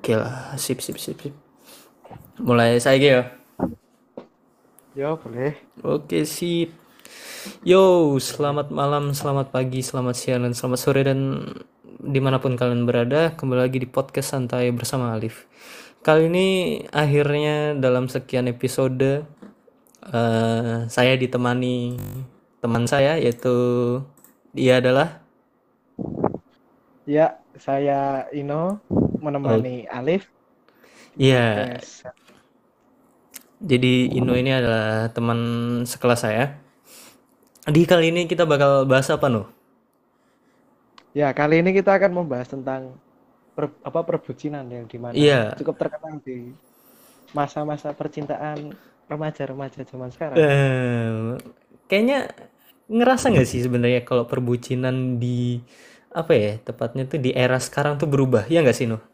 Oke lah, sip sip sip sip. Mulai saya ya. Ya, boleh. Oke, sip. Yo, selamat malam, selamat pagi, selamat siang, dan selamat sore, dan dimanapun kalian berada, kembali lagi di podcast santai bersama Alif. Kali ini akhirnya dalam sekian episode saya ditemani teman saya, yaitu dia adalah Ya, saya Ino oh menemani Alif di iya, podcast. jadi Ino ini adalah teman sekelas saya. Di kali ini kita bakal bahas apa, Nuh? Ya, kali ini kita akan membahas tentang perbucinan yang dimana Iya. cukup terkenal di masa-masa percintaan remaja-remaja zaman sekarang. eh Kayaknya ngerasa nggak sih sebenarnya kalau perbucinan di apa ya tepatnya tuh di era sekarang tuh berubah ya nggak sih Nuh?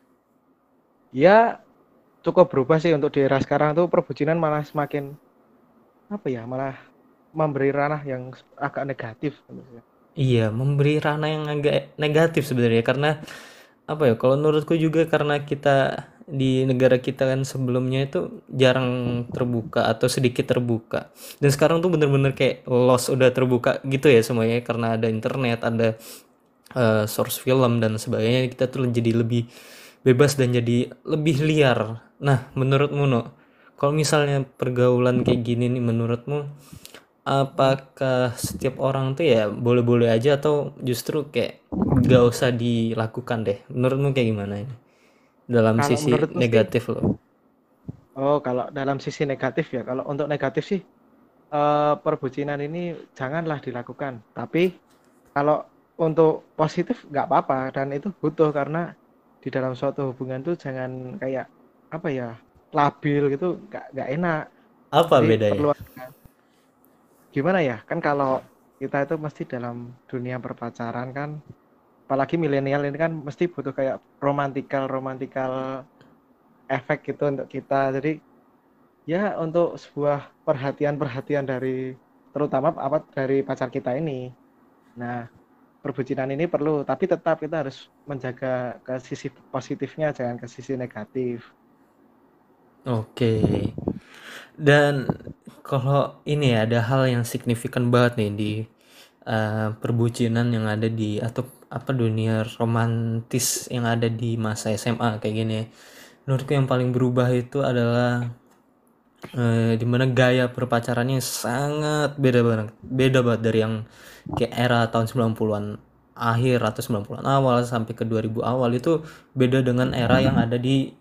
Ya, cukup berubah sih untuk di era sekarang tuh perbucinan malah semakin malah memberi ranah yang agak negatif. Iya, memberi ranah yang agak negatif sebenarnya karena apa ya? Kalau menurutku juga karena kita di negara kita kan sebelumnya itu jarang terbuka atau sedikit terbuka. Dan sekarang tuh bener-bener kayak los udah terbuka gitu ya semuanya karena ada internet, ada source film dan sebagainya kita tuh jadi lebih bebas dan jadi lebih liar. Nah, menurutmu No, kalau misalnya pergaulan kayak gini nih menurutmu Hmm. apakah setiap orang tuh ya boleh-boleh aja atau justru kayak gak usah dilakukan deh? Menurutmu kayak gimana ini? Dalam Kalau sisi menurutku sih, negatif loh. kalau dalam sisi negatif ya, kalau untuk negatif sih perbucinan ini janganlah dilakukan. Tapi kalau untuk positif nggak apa-apa dan itu butuh karena di dalam suatu hubungan tuh jangan kayak apa ya labil gitu nggak enak. Apa Jadi bedanya? perlu gimana ya kan kalau kita itu mesti dalam dunia perpacaran kan apalagi milenial ini kan mesti butuh kayak romantikal romantikal efek gitu untuk kita. Jadi ya untuk sebuah perhatian-perhatian dari terutama apa dari pacar kita ini. Nah, perbucinan ini perlu, tapi tetap kita harus menjaga ke sisi positifnya, jangan ke sisi negatif. Oke. Dan kalau ini ya ada hal yang signifikan banget nih di perbucinan yang ada di atau apa dunia romantis yang ada di masa SMA kayak gini ya. Menurutku yang paling berubah itu adalah dimana gaya perpacarannya sangat beda banget dari yang kayak era tahun 90-an akhir atau 90-an awal sampai ke 2000 awal itu beda dengan era yang ada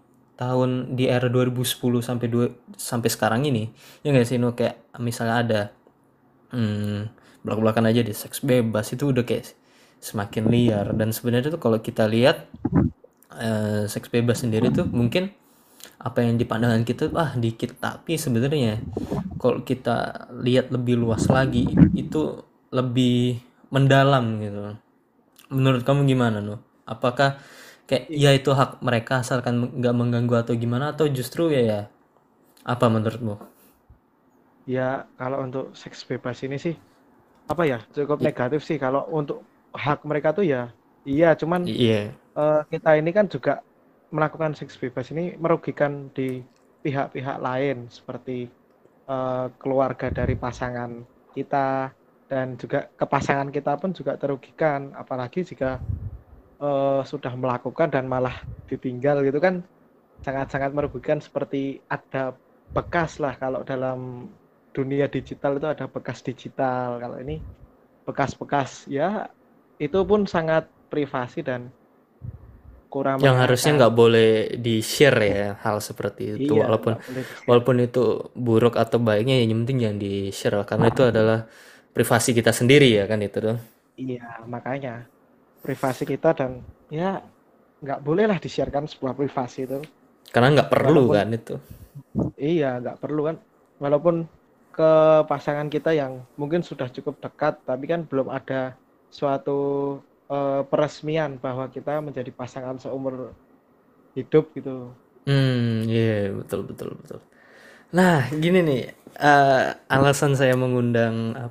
di era 2010 sampai sekarang ini ya nggak sih no kayak misalnya ada belak-belakan aja di seks bebas itu udah kayak semakin liar dan sebenarnya tuh kalau kita lihat seks bebas sendiri tuh mungkin apa yang dipandangkan kita dikit tapi sebenarnya kalau kita lihat lebih luas lagi itu lebih mendalam gitu. Menurut kamu gimana no? Apakah kayak I- ya itu hak mereka asalkan nggak mengganggu atau gimana atau justru ya apa menurutmu? Ya, kalau untuk seks bebas ini sih, apa ya, cukup negatif sih. Kalau untuk hak mereka tuh ya, iya, cuman Iya. kita ini kan juga melakukan seks bebas ini merugikan di pihak-pihak lain, seperti keluarga dari pasangan kita, dan juga ke pasangan kita pun juga terugikan, apalagi jika sudah melakukan dan malah ditinggal gitu kan sangat-sangat merugikan seperti ada bekas lah kalau dalam dunia digital itu ada bekas digital kalau ini bekas-bekas ya itu pun sangat privasi dan kurang Yang harusnya mengenakan. nggak boleh di share ya hal seperti itu Iya, walaupun nggak boleh di share. walaupun itu buruk atau baiknya ya yang penting jangan di share karena itu adalah privasi kita sendiri ya kan itu tuh. Iya, makanya privasi kita dan ya nggak boleh lah disiarkan sebuah privasi itu Karena nggak perlu walaupun kan itu. iya nggak perlu kan walaupun ke pasangan kita yang mungkin sudah cukup dekat tapi kan belum ada suatu peresmian bahwa kita menjadi pasangan seumur hidup gitu. Iya, betul betul betul. Nah, gini nih, alasan saya mengundang apa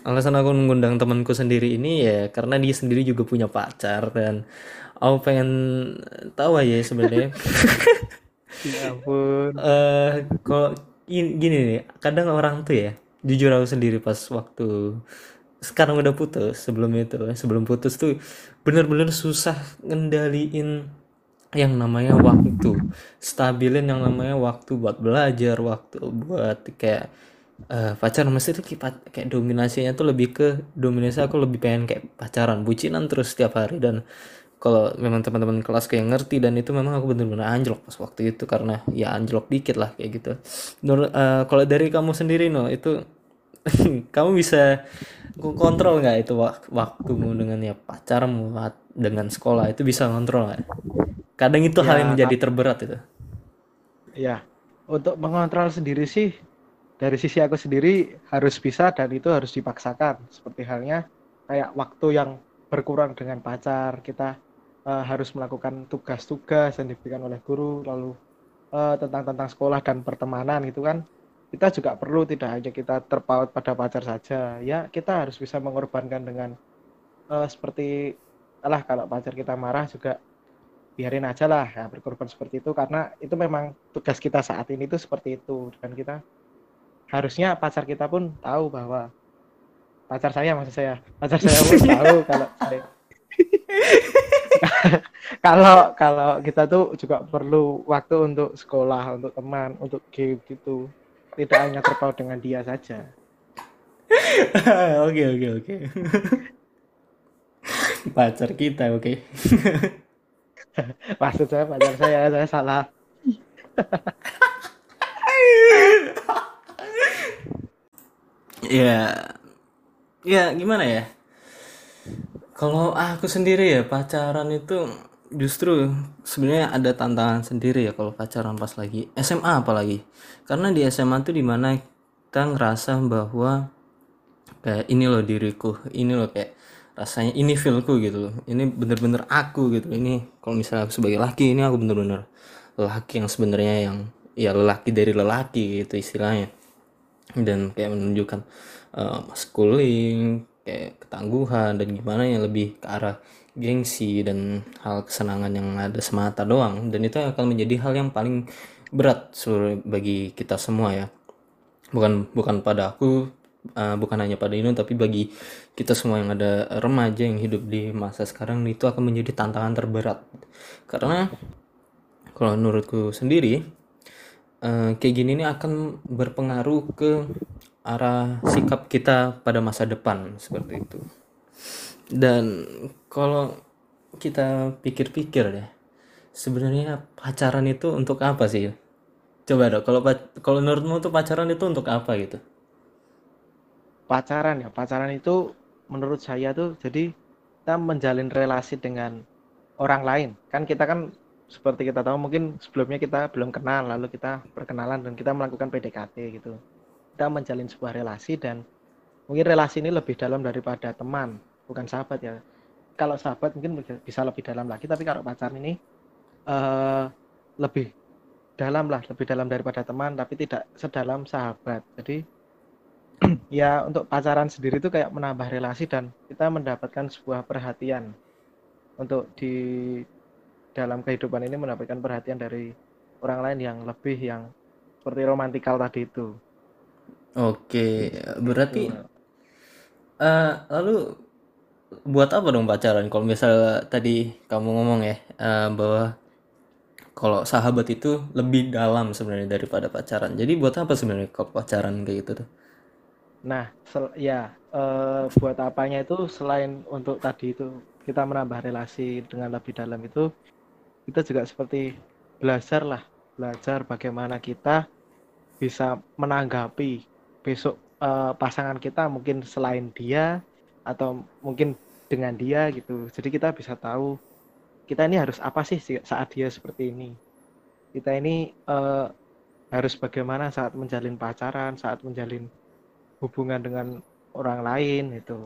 Alasan aku mengundang temanku sendiri ini ya karena dia sendiri juga punya pacar dan aku pengen tahu aja sebenarnya. Ya ampun. Kalau gini nih, kadang orang tuh ya, jujur aku sendiri pas waktu sekarang udah putus, sebelum putus tuh bener-bener susah ngendaliin yang namanya waktu, stabilin yang namanya waktu buat belajar, waktu buat kayak pacaran. Mesti tuh kayak dominasinya tuh lebih ke dominasi, aku lebih pengen kayak pacaran bucinan terus setiap hari. Dan kalau memang teman-teman kelas kayak ngerti, dan itu memang aku bener-bener anjlok pas waktu itu karena ya anjlok dikit lah kayak gitu. Kalau dari kamu sendiri no itu kamu bisa kontrol nggak itu waktumu dengan ya pacarmu dengan sekolah itu bisa kontrol nggak? Kadang itu hal yang Ya, menjadi terberat itu. ya. Untuk mengontrol sendiri sih, dari sisi aku sendiri harus bisa dan itu harus dipaksakan. Seperti halnya kayak waktu yang berkurang dengan pacar, kita harus melakukan tugas-tugas yang diberikan oleh guru, lalu tentang sekolah dan pertemanan gitu kan. Kita juga perlu tidak hanya kita terpaut pada pacar saja, ya kita harus bisa mengorbankan dengan seperti alah kalau pacar kita marah juga biarin aja lah ya, berkorban seperti itu karena itu memang tugas kita saat ini itu seperti itu, dan kita harusnya pacar kita pun tahu bahwa pacar saya pun tahu kalau saya kalau kalau kita tuh juga perlu waktu untuk sekolah, untuk teman, untuk game gitu, tidak hanya terpaut dengan dia saja. Oke, oke, oke. Pacar kita, oke. Maksud saya pacar saya salah. Ya, ya gimana ya? Kalau aku sendiri ya pacaran itu justru sebenarnya ada tantangan sendiri ya kalau pacaran pas lagi SMA apalagi. Karena di SMA tuh dimana kita ngerasa bahwa kayak ini loh diriku, ini loh kayak rasanya ini feelku gitu loh. Ini bener-bener aku gitu. Ini kalau misalnya aku sebagai laki, ini aku bener-bener laki yang sebenarnya yang ya lelaki dari lelaki gitu istilahnya. Dan kayak menunjukkan maskulin, kayak ketangguhan dan gimana yang lebih ke arah gengsi dan hal kesenangan yang ada semata doang. Dan itu akan menjadi hal yang paling berat seluruh bagi kita semua ya, bukan pada aku, bukan hanya pada ini, tapi bagi kita semua yang ada remaja yang hidup di masa sekarang itu akan menjadi tantangan terberat. Karena kalau menurutku sendiri kayak gini nih akan berpengaruh ke arah sikap kita pada masa depan seperti itu. Dan kalau kita pikir-pikir deh, sebenarnya pacaran itu untuk apa sih? Coba dong, kalau menurutmu tuh pacaran itu untuk apa gitu? Pacaran itu menurut saya tuh jadi kita menjalin relasi dengan orang lain. Kan kita kan seperti kita tahu mungkin sebelumnya kita belum kenal, lalu kita perkenalan dan kita melakukan PDKT gitu. Kita menjalin sebuah relasi dan mungkin relasi ini lebih dalam daripada teman, bukan sahabat ya. Kalau sahabat mungkin bisa lebih dalam lagi, tapi kalau pacaran ini eh, lebih dalam lah, lebih dalam daripada teman, tapi tidak sedalam sahabat. Jadi ya untuk pacaran sendiri itu kayak menambah relasi dan kita mendapatkan sebuah perhatian untuk di dalam kehidupan ini, mendapatkan perhatian dari orang lain yang lebih yang seperti romantikal tadi itu. Oke, berarti Gitu. lalu buat apa dong pacaran? Kalau misalnya tadi kamu ngomong ya bahwa kalau sahabat itu lebih dalam sebenarnya daripada pacaran. Jadi buat apa sebenarnya kalau pacaran kayak gitu tuh? Nah, ya buat apanya itu selain untuk tadi itu kita menambah relasi dengan lebih dalam itu, kita juga seperti belajar lah, belajar bagaimana kita bisa menanggapi besok pasangan kita mungkin selain dia atau mungkin dengan dia gitu. Jadi kita bisa tahu kita ini harus apa sih saat dia seperti ini. Kita ini harus bagaimana saat menjalin pacaran, saat menjalin hubungan dengan orang lain itu.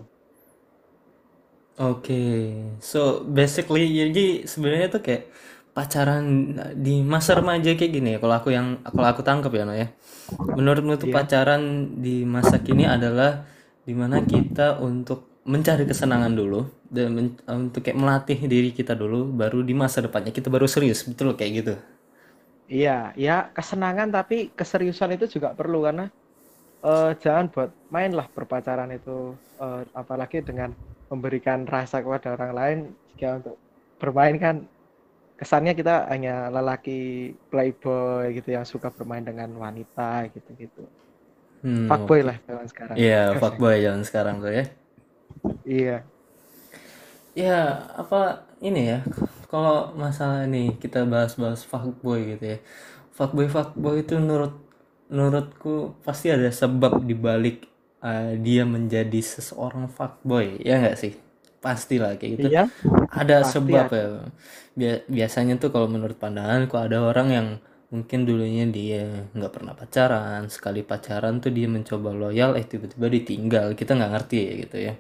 Oke, so basically jadi sebenarnya tuh kayak pacaran di masa remaja kayak gini ya. Kalau aku tangkap ya, no ya. Menurutmu tuh Iya. pacaran di masa kini adalah dimana kita untuk mencari kesenangan dulu dan untuk kayak melatih diri kita dulu, baru di masa depannya kita baru serius, betul kayak gitu. Iya, ya kesenangan tapi keseriusan itu juga perlu karena jangan buat main lah berpacaran itu, apalagi dengan memberikan rasa kepada orang lain. Jika untuk bermain kan kesannya kita hanya lelaki playboy gitu yang suka bermain dengan wanita gitu-gitu. Fuckboy Oke. lah zaman sekarang. Iya, Asik. fuckboy zaman sekarang tuh ya. Iya, Ya, apa ini ya? Kalau masalah ini kita bahas-bahas fuckboy gitu ya. Fuckboy itu menurutku pasti ada sebab di balik dia menjadi seseorang fuckboy, ya nggak sih? Pastilah kayak gitu. iya Ada pasti sebab ada. ya. Biasanya tuh kalau menurut pandanganku ada orang yang mungkin dulunya dia nggak pernah pacaran, sekali pacaran tuh dia mencoba loyal, tiba-tiba ditinggal. Kita nggak ngerti ya gitu ya.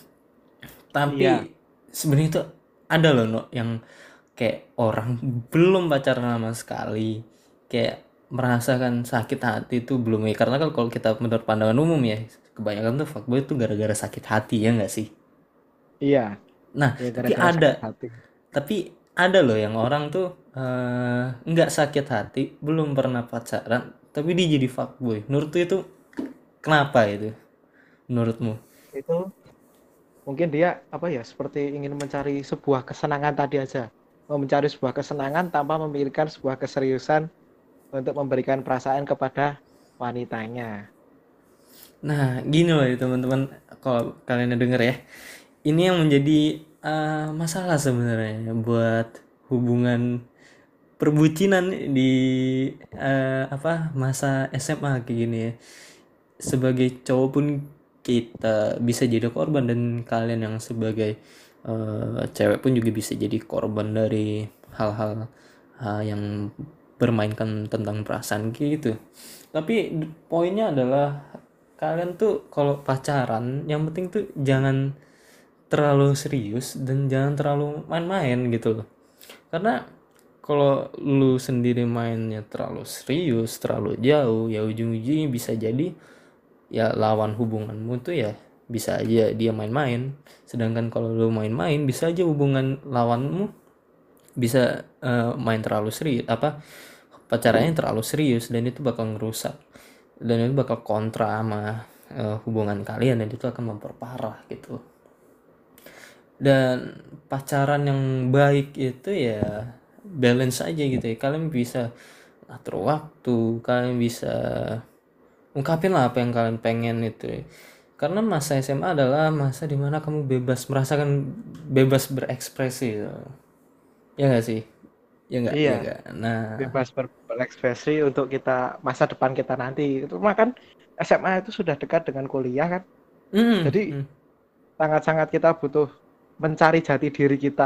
Iya, Tapi sebenarnya itu ada loh no, yang kayak orang belum pacaran sama sekali kayak merasakan sakit hati itu belum ya, karena kan kalau kita menurut pandangan umum ya kebanyakan tuh fuckboy itu gara-gara sakit hati, ya nggak sih? iya, Nah, ya tapi gara-gara ada sakit hati. tapi ada loh yang orang tuh nggak sakit hati, belum pernah pacaran, tapi dia jadi fuckboy. Menurut tuh itu kenapa itu menurutmu? Itu mungkin dia apa ya, seperti ingin mencari sebuah kesenangan tadi aja. Mau mencari sebuah kesenangan tanpa memikirkan sebuah keseriusan untuk memberikan perasaan kepada wanitanya. Nah, gini loh ya teman-teman, kalau kalian denger ya, ini yang menjadi masalah sebenarnya buat hubungan perbucinan di apa masa SMA kayak gini ya. Sebagai cowok pun kita bisa jadi korban, dan kalian yang sebagai cewek pun juga bisa jadi korban dari hal-hal yang bermainkan tentang perasaan gitu. Tapi poinnya adalah kalian tuh kalau pacaran yang penting tuh jangan terlalu serius dan jangan terlalu main-main gitu loh. Karena kalau lu sendiri mainnya terlalu serius, terlalu jauh, ya ujung-ujungnya bisa jadi ya lawan hubunganmu tuh ya bisa aja dia main-main. Sedangkan kalau lu main-main bisa aja hubungan lawanmu bisa main terlalu serius, apa pacarannya terlalu serius, dan itu bakal ngerusak, dan itu bakal kontra sama hubungan kalian, dan itu akan memperparah gitu. Dan pacaran yang baik itu ya balance aja gitu ya, kalian bisa atur waktu, kalian bisa ungkapin lah apa yang kalian pengen itu ya. Karena masa SMA adalah masa dimana kamu bebas merasakan, bebas berekspresi gitu. Ya nggak sih, ya nggak, Iya, ya nggak. Nah, bebas berekspresi untuk kita masa depan kita nanti. Itu mah kan SMA itu sudah dekat dengan kuliah kan. mm, Jadi mm. sangat-sangat kita butuh mencari jati diri kita.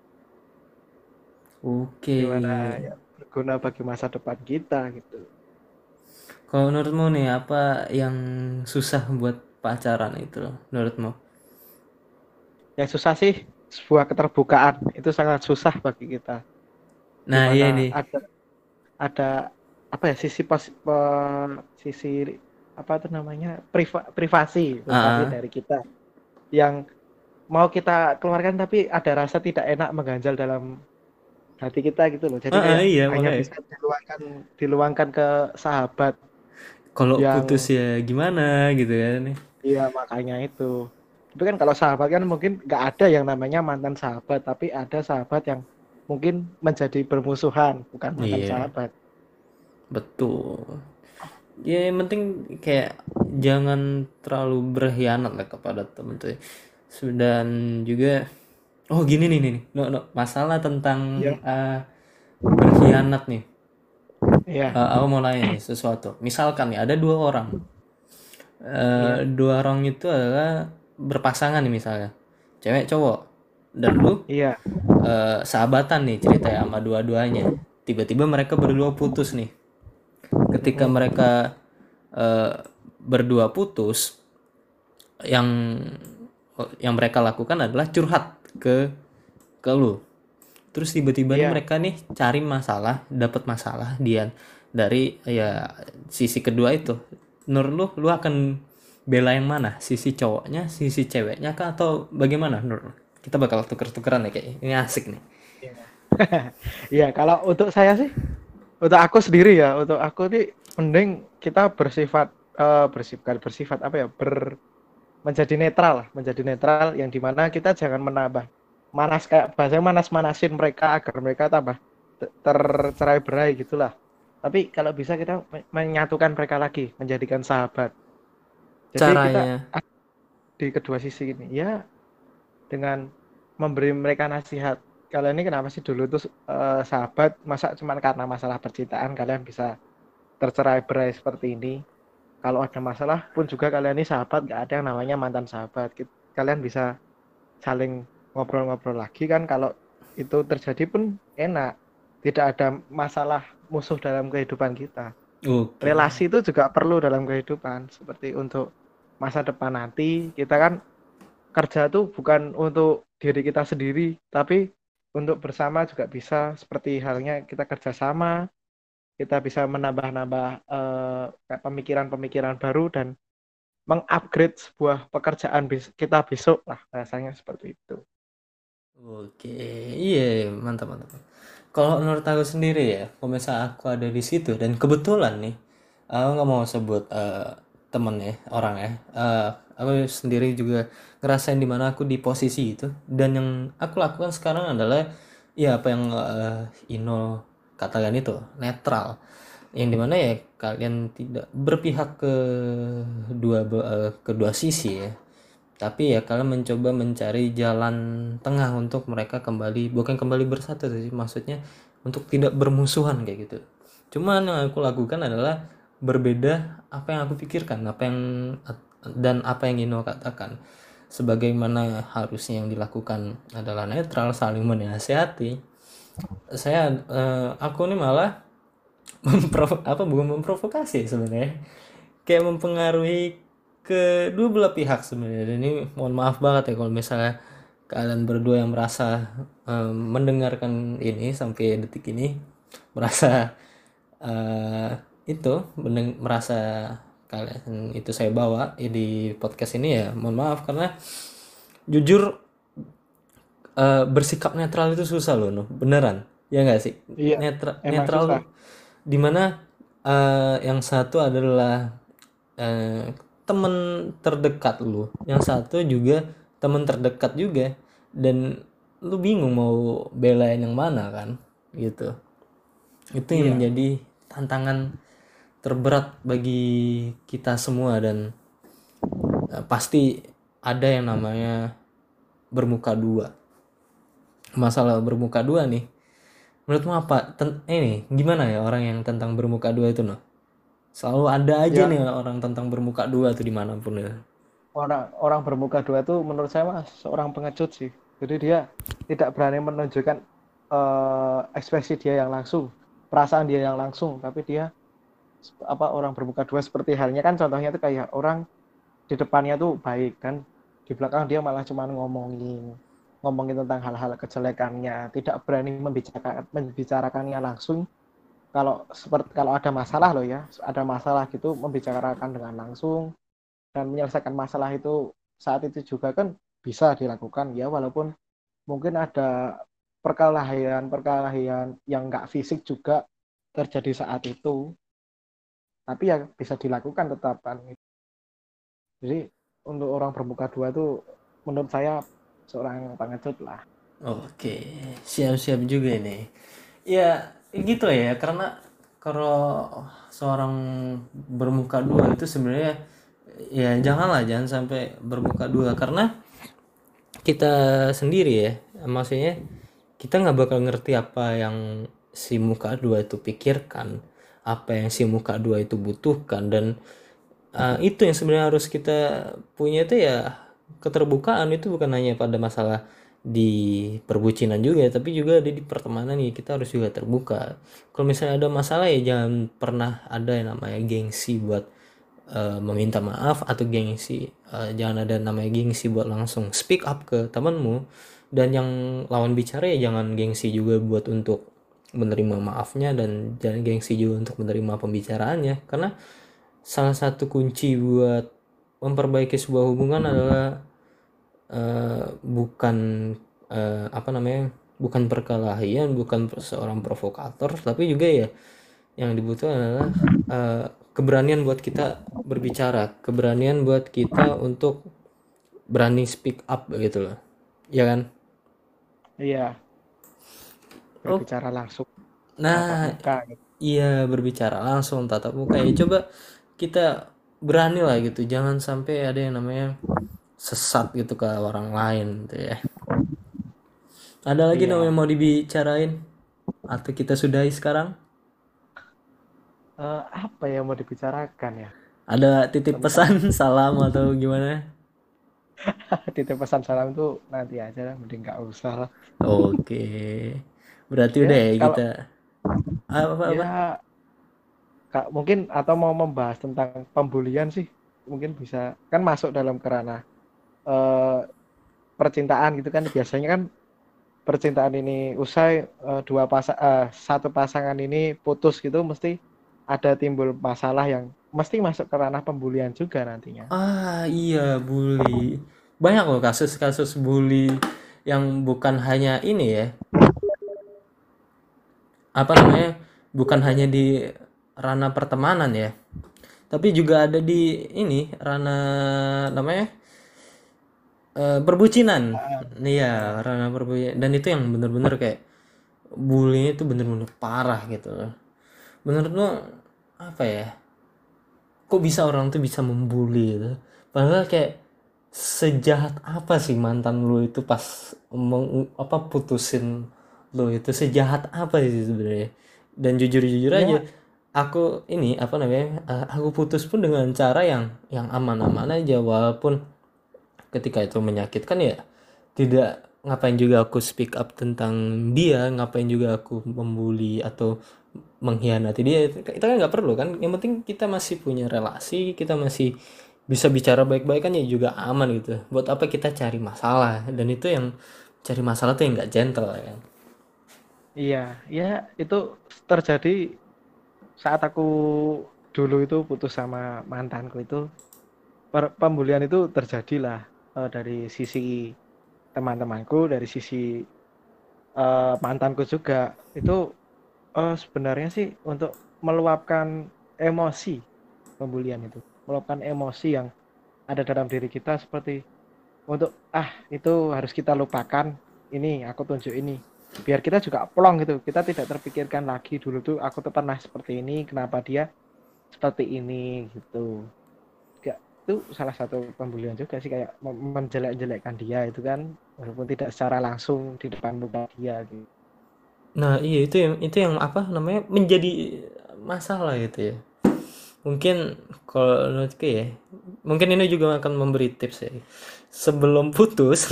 Oke. Gimana ya berguna bagi masa depan kita gitu. Kalau menurutmu nih apa yang susah buat pacaran itu loh, menurutmu? Yang susah sih sebuah keterbukaan itu sangat susah bagi kita. Di Nah iya mana nih. ada apa ya sisi apa itu namanya privasi Ah, dari kita yang mau kita keluarkan tapi ada rasa tidak enak mengganjal dalam hati kita gitu loh. Jadi kayak iya hanya makanya. bisa diluangkan ke sahabat Kalau putus yang ya gimana gitu kan? iya makanya itu. Tapi kan kalau sahabat kan mungkin nggak ada yang namanya mantan sahabat, tapi ada sahabat yang mungkin menjadi bermusuhan, bukan mantan Iya, sahabat. betul. Ya yang penting kayak jangan terlalu berkhianat lah kepada temen tuh. Dan juga, oh gini nih nih, no, no, masalah tentang Iya, berkhianat nih. iya, Aku mau nanya nih sesuatu. Misalkan nih ada dua orang. iya, Dua orang itu adalah berpasangan nih misalnya. Cewek cowok. Dan lu iya, sahabatan nih ceritanya sama dua-duanya. Tiba-tiba mereka berdua putus nih. Ketika mm-mm, mereka eh, berdua putus, yang mereka lakukan adalah curhat ke lu. Terus tiba-tiba nih iya. mereka nih cari masalah, dapat masalah dia dari ya sisi kedua itu. Menurut lu akan bela yang mana? Sisi cowoknya, sisi ceweknya kah, atau bagaimana Nur? Kita bakal tuker-tukeran ya kayak ini asik nih. Iya. Iya, kalau untuk saya sih, untuk aku sendiri ya, untuk aku nih mending kita bersifat apa ya, menjadi netral lah, menjadi netral yang dimana kita jangan menambah manas kayak bahasanya manas-manasin mereka agar mereka tambah tercerai-berai gitulah. Tapi kalau bisa kita menyatukan mereka lagi, menjadikan sahabat. Jadi kita Caranya. di kedua sisi ini ya dengan memberi mereka nasihat. Kalian ini kenapa sih dulu tuh sahabat, masa cuma karena masalah percintaan kalian bisa tercerai-berai seperti ini? Kalau ada masalah pun juga kalian ini sahabat, nggak ada yang namanya mantan sahabat. Kalian bisa saling ngobrol-ngobrol lagi kan, kalau itu terjadi pun enak. Tidak ada masalah musuh dalam kehidupan kita. Oke. Relasi itu juga perlu dalam kehidupan. Seperti untuk masa depan nanti, kita kan kerja tuh bukan untuk diri kita sendiri, tapi untuk bersama juga bisa. Seperti halnya kita kerjasama, kita bisa menambah-nambah pemikiran-pemikiran baru dan mengupgrade sebuah pekerjaan kita besok lah, rasanya seperti itu. Oke, iya, mantap mantap. Kalau menurut aku sendiri ya, kalau misalnya aku ada di situ dan kebetulan nih, aku nggak mau sebut temen ya, orang ya. Aku sendiri juga ngerasain dimana aku di posisi itu, dan yang aku lakukan sekarang adalah ya apa yang Ino katakan itu, netral. Yang dimana ya kalian tidak berpihak ke kedua sisi ya, tapi ya kalian mencoba mencari jalan tengah untuk mereka kembali, bukan kembali bersatu sih, maksudnya untuk tidak bermusuhan kayak gitu. Cuman yang aku lakukan adalah berbeda apa yang aku pikirkan, apa yang dan apa yang Ino katakan. Sebagaimana harusnya yang dilakukan adalah netral, saling menasihati. Aku nih malah bukan memprovokasi sebenarnya, kayak mempengaruhi kedua belah pihak sebenarnya. Dan ini mohon maaf banget ya kalau misalnya kalian berdua yang merasa mendengarkan ini sampai detik ini merasa eh, itu merasa kalian itu saya bawa di podcast ini, ya mohon maaf. Karena jujur bersikap netral itu susah loh, no. Beneran ya nggak sih? Iya, emang Netral susah. dimana yang satu adalah eh, temen terdekat lu, yang satu juga temen terdekat juga, dan lu bingung mau belain yang mana kan, gitu. Itu yang Iya, menjadi tantangan terberat bagi kita semua. Dan pasti ada yang namanya bermuka dua. Masalah bermuka dua nih, menurutmu apa? Ini gimana ya orang yang tentang bermuka dua itu, noh? Selalu ada aja nih ya orang tentang bermuka dua tuh dimanapun ya. orang orang bermuka dua itu menurut saya mas seorang pengecut sih. Jadi dia tidak berani menunjukkan ekspresi dia yang langsung, perasaan dia yang langsung, tapi dia apa orang bermuka dua seperti halnya kan contohnya itu kayak orang di depannya tuh baik kan, di belakang dia malah cuma ngomongin tentang hal-hal kejelekannya, tidak berani membicarakannya langsung. Kalau ada masalah loh ya, ada masalah gitu membicarakan dengan langsung dan menyelesaikan masalah itu saat itu juga kan bisa dilakukan ya, walaupun mungkin ada perkelahian yang nggak fisik juga terjadi saat itu, tapi ya bisa dilakukan tetap kan. Jadi untuk orang bermuka dua tuh menurut saya seorang pengecut lah. Oke, siap-siap juga nih. Ya, gitu ya, karena kalau seorang bermuka dua itu sebenarnya ya jangan sampai bermuka dua, karena kita sendiri ya, maksudnya kita nggak bakal ngerti apa yang si muka dua itu pikirkan, apa yang si muka dua itu butuhkan. Dan itu yang sebenarnya harus kita punya itu ya, keterbukaan. Itu bukan hanya pada masalah di perbucinan juga, tapi juga di pertemanan ya, kita harus juga terbuka. Kalau misalnya ada masalah ya jangan pernah ada yang namanya gengsi buat meminta maaf, atau gengsi jangan ada namanya gengsi buat langsung speak up ke temanmu. Dan yang lawan bicara ya jangan gengsi juga buat untuk menerima maafnya, dan jangan gengsi juga untuk menerima pembicaraannya. Karena salah satu kunci buat memperbaiki sebuah hubungan adalah bukan apa namanya, bukan perkelahian, bukan seorang provokator, tapi juga ya yang dibutuhkan adalah keberanian buat kita berbicara, keberanian buat kita untuk berani speak up gitu loh, ya kan? Iya, Oh, berbicara langsung tatap nah muka gitu. iya, berbicara langsung tatap muka ya, coba kita berani lah gitu, jangan sampai ada yang namanya sesat gitu ke orang lain gitu ya. Ada lagi Iya. namanya mau dibicarain atau kita sudahi sekarang? Apa yang mau dibicarakan ya Ada titip tentang pesan salam atau gimana? titip pesan salam itu nanti aja lah, mending nggak usah lah. Oke, berarti udah Ya ya kalau kita apa. ya Kak, mungkin atau mau membahas tentang pembulian sih, mungkin bisa kan masuk dalam kerana eh, percintaan gitu kan. Biasanya kan percintaan ini usai, satu pasangan ini putus gitu, mesti ada timbul masalah yang mesti masuk ke ranah pembulian juga nantinya. Ah iya, bully. Banyak loh kasus-kasus bully yang bukan hanya ini ya, apa namanya, bukan hanya di ranah pertemanan ya, tapi juga ada di ini ranah namanya perbucinan. Ah, Iya, ranah perbucinan, dan itu yang bener-bener kayak bullying itu bener-bener parah gitu loh. Menurut lo apa ya? Kok bisa orang tuh bisa membuli gitu? Padahal kayak sejahat apa sih mantan lu itu pas apa putusin lu itu, sejahat apa sih sebenarnya? Dan jujur-jujur aja, ya, aku ini apa namanya, aku putus pun dengan cara yang aman-aman aja, walaupun ketika itu menyakitkan ya, tidak ngapain juga aku speak up tentang dia, ngapain juga aku membuli atau mengkhianati dia, itu kan nggak perlu kan, yang penting kita masih punya relasi, kita masih bisa bicara baik-baik kan ya, juga aman gitu, buat apa kita cari masalah, dan itu yang cari masalah tuh yang nggak gentle ya kan. iya, ya itu terjadi saat aku dulu itu putus sama mantanku itu. Pembulian itu terjadilah dari sisi teman-temanku, dari sisi mantanku juga. Itu sebenarnya sih untuk meluapkan emosi, pembulian itu. Meluapkan emosi yang ada dalam diri kita, seperti untuk itu harus kita lupakan, ini aku tunjuk ini. Biar kita juga plong gitu. Kita tidak terpikirkan lagi dulu tuh aku tuh pernah seperti ini, kenapa dia seperti ini gitu. Gak, itu salah satu pembulian juga sih, kayak menjelek-jelekkan dia itu kan, walaupun tidak secara langsung di depan muka dia gitu. Nah iya, itu yang apa namanya menjadi masalah gitu ya. Mungkin kalau menurutku ya, mungkin ini juga akan memberi tips ya sebelum putus.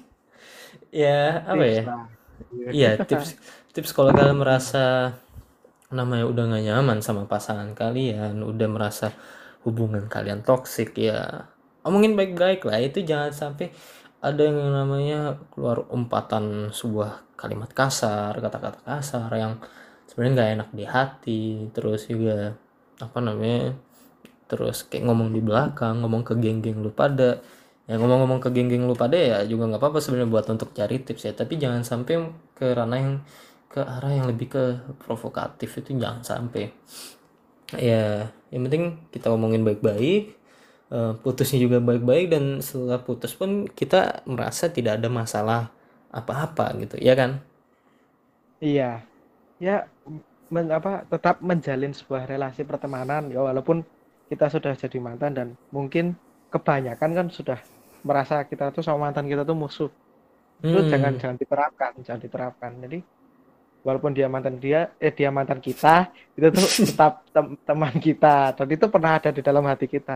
Ya apa Tips ya, lah. iya, tips tips kalau kalian merasa namanya udah gak nyaman sama pasangan kalian, udah merasa hubungan kalian toksik ya, omongin baik-baik lah, itu jangan sampai ada yang namanya keluar umpatan sebuah kalimat kasar, kata-kata kasar yang sebenarnya nggak enak di hati, terus juga apa namanya, terus kayak ngomong di belakang, ngomong ke geng-geng lu pada, ya ngomong-ngomong ke geng-geng lu pada ya juga nggak apa-apa sebenarnya buat untuk cari tips ya, tapi jangan sampai ke ranah yang ke arah yang lebih ke provokatif, itu jangan sampai. Ya yang penting kita ngomongin baik-baik, putusnya juga baik-baik, dan setelah putus pun kita merasa tidak ada masalah apa-apa gitu ya kan. Iya, ya tetap menjalin sebuah relasi pertemanan ya, walaupun kita sudah jadi mantan dan mungkin kebanyakan kan sudah merasa kita tuh sama mantan kita tuh musuh. Itu jangan hmm jangan diterapkan, jangan diterapkan. Jadi walaupun dia mantan kita, itu tuh tetap teman kita, dan itu pernah ada di dalam hati kita.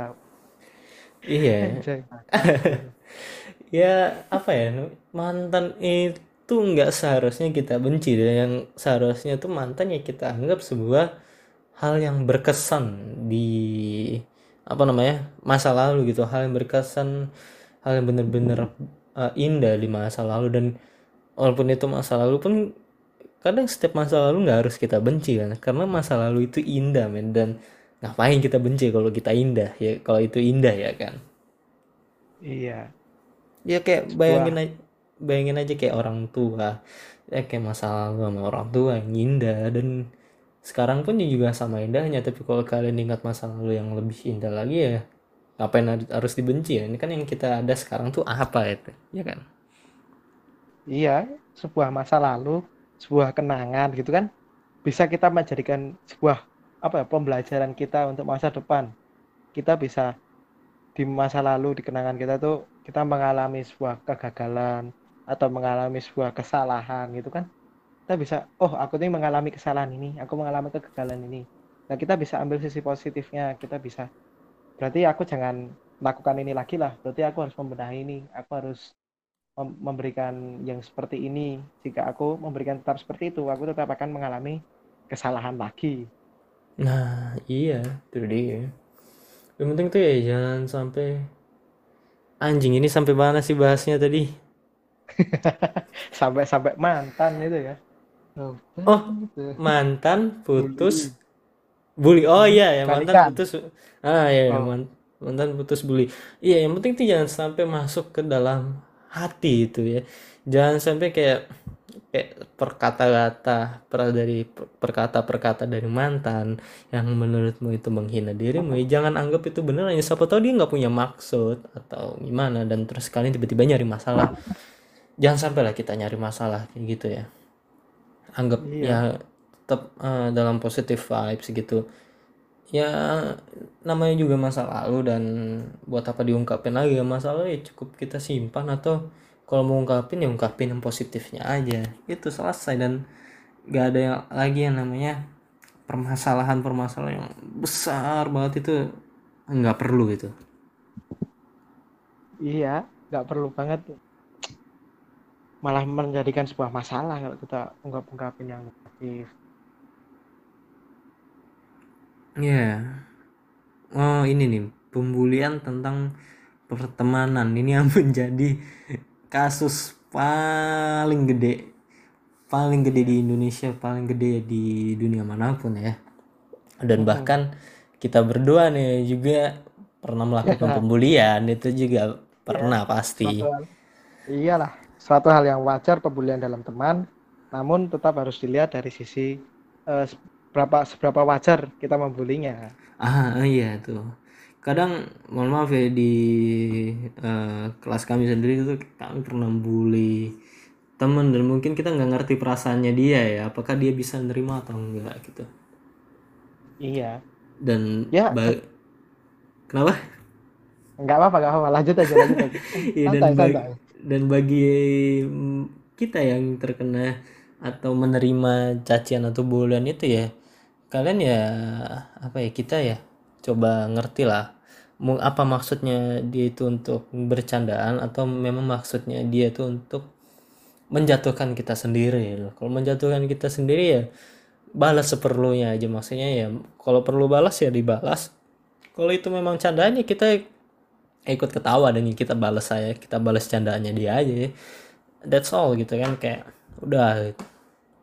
iya. Anjay, ngakak. Ya apa ya, mantan itu nggak seharusnya kita benci, dan yang seharusnya tuh mantan ya kita anggap sebuah hal yang berkesan di apa namanya masa lalu gitu, hal yang berkesan, hal yang bener-bener indah di masa lalu. Dan walaupun itu masa lalu pun, kadang setiap masa lalu nggak harus kita benci kan, karena masa lalu itu indah men, dan ngapain kita benci kalau kita indah ya, kalau itu indah ya kan. Iya, Ya kayak sebuah bayangin aja kayak orang tua. Ya kayak masalah lalu sama orang tua yang indah dan sekarang pun juga sama indahnya, tapi kalau kalian ingat masa lalu yang lebih indah lagi ya ngapain harus dibenci ya? Ini kan yang kita ada sekarang tuh apa itu, ya kan? iya, sebuah masa lalu, sebuah kenangan gitu kan bisa kita menjadikan sebuah apa ya, pembelajaran kita untuk masa depan. Kita bisa di masa lalu di kenangan kita tuh kita mengalami sebuah kegagalan atau mengalami sebuah kesalahan gitu kan. Kita bisa, oh aku nih mengalami kesalahan ini, aku mengalami kegagalan ini. Nah, kita bisa ambil sisi positifnya, kita bisa berarti aku jangan melakukan ini lagi lah. Berarti aku harus membenahi ini, aku harus memberikan yang seperti ini. Jika aku memberikan tetap seperti itu, aku tetap akan mengalami kesalahan lagi. Nah, iya, itu dia. Yang penting tuh ya jangan sampai anjing ini sampai mana sih bahasnya tadi? Sampai-sampai mantan itu ya. Oh, Oh, itu. mantan putus Bully. bully. Oh iya ya, mantan Balikan. putus. Ah iya, ya, Oh, mantan putus bully. Iya, yang penting tuh jangan sampai masuk ke dalam hati itu ya. Jangan sampai kayak perkata-kata perkata-perkata dari mantan yang menurutmu itu menghina dirimu, ya jangan anggap itu beneran ya, siapa tahu dia nggak punya maksud atau gimana dan terus kalian tiba-tiba nyari masalah. Jangan sampai lah kita nyari masalah kayak gitu ya, anggap iya. ya tetap dalam positive vibes gitu ya, namanya juga masa lalu dan buat apa diungkapin lagi ya, masalah ya cukup kita simpan atau kalau mau ungkapin ya ungkapin yang positifnya aja, itu selesai dan gak ada yang lagi yang namanya permasalahan-permasalahan yang besar banget itu nggak perlu gitu. Iya, nggak perlu banget. Malah menjadikan sebuah masalah kalau kita ungkap-ungkapin yang negatif. Ya yeah. Oh ini nih, pembulian tentang pertemanan ini yang menjadi kasus paling gede di Iya. Indonesia, paling gede di dunia manapun ya. Dan bahkan kita berdua nih juga pernah melakukan Ya, pembulian, itu juga ya. pernah Suatu pasti. hal. Iyalah, suatu hal yang wajar pembulian dalam teman, namun tetap harus dilihat dari sisi seberapa wajar kita membulinya. Iya tuh. Kadang mohon maaf ya di kelas kami sendiri itu kami pernah bully temen dan mungkin kita nggak ngerti perasaannya dia ya, apakah dia bisa nerima atau enggak gitu. Iya. Dan Ya, kenapa? nggak apa-apa. Lanjut aja. Ya, Santai, santai. dan bagi kita yang terkena atau menerima cacian atau bulian itu ya, kalian ya apa ya, kita ya coba ngerti lah apa maksudnya dia itu untuk bercandaan atau memang maksudnya dia itu untuk menjatuhkan kita sendiri loh. Kalau menjatuhkan kita sendiri ya balas seperlunya aja, maksudnya ya kalau perlu balas ya dibalas, kalau itu memang candaan ya kita ikut ketawa dan kita balas, kita balas candaannya dia aja ya. That's all gitu kan, kayak udah gitu.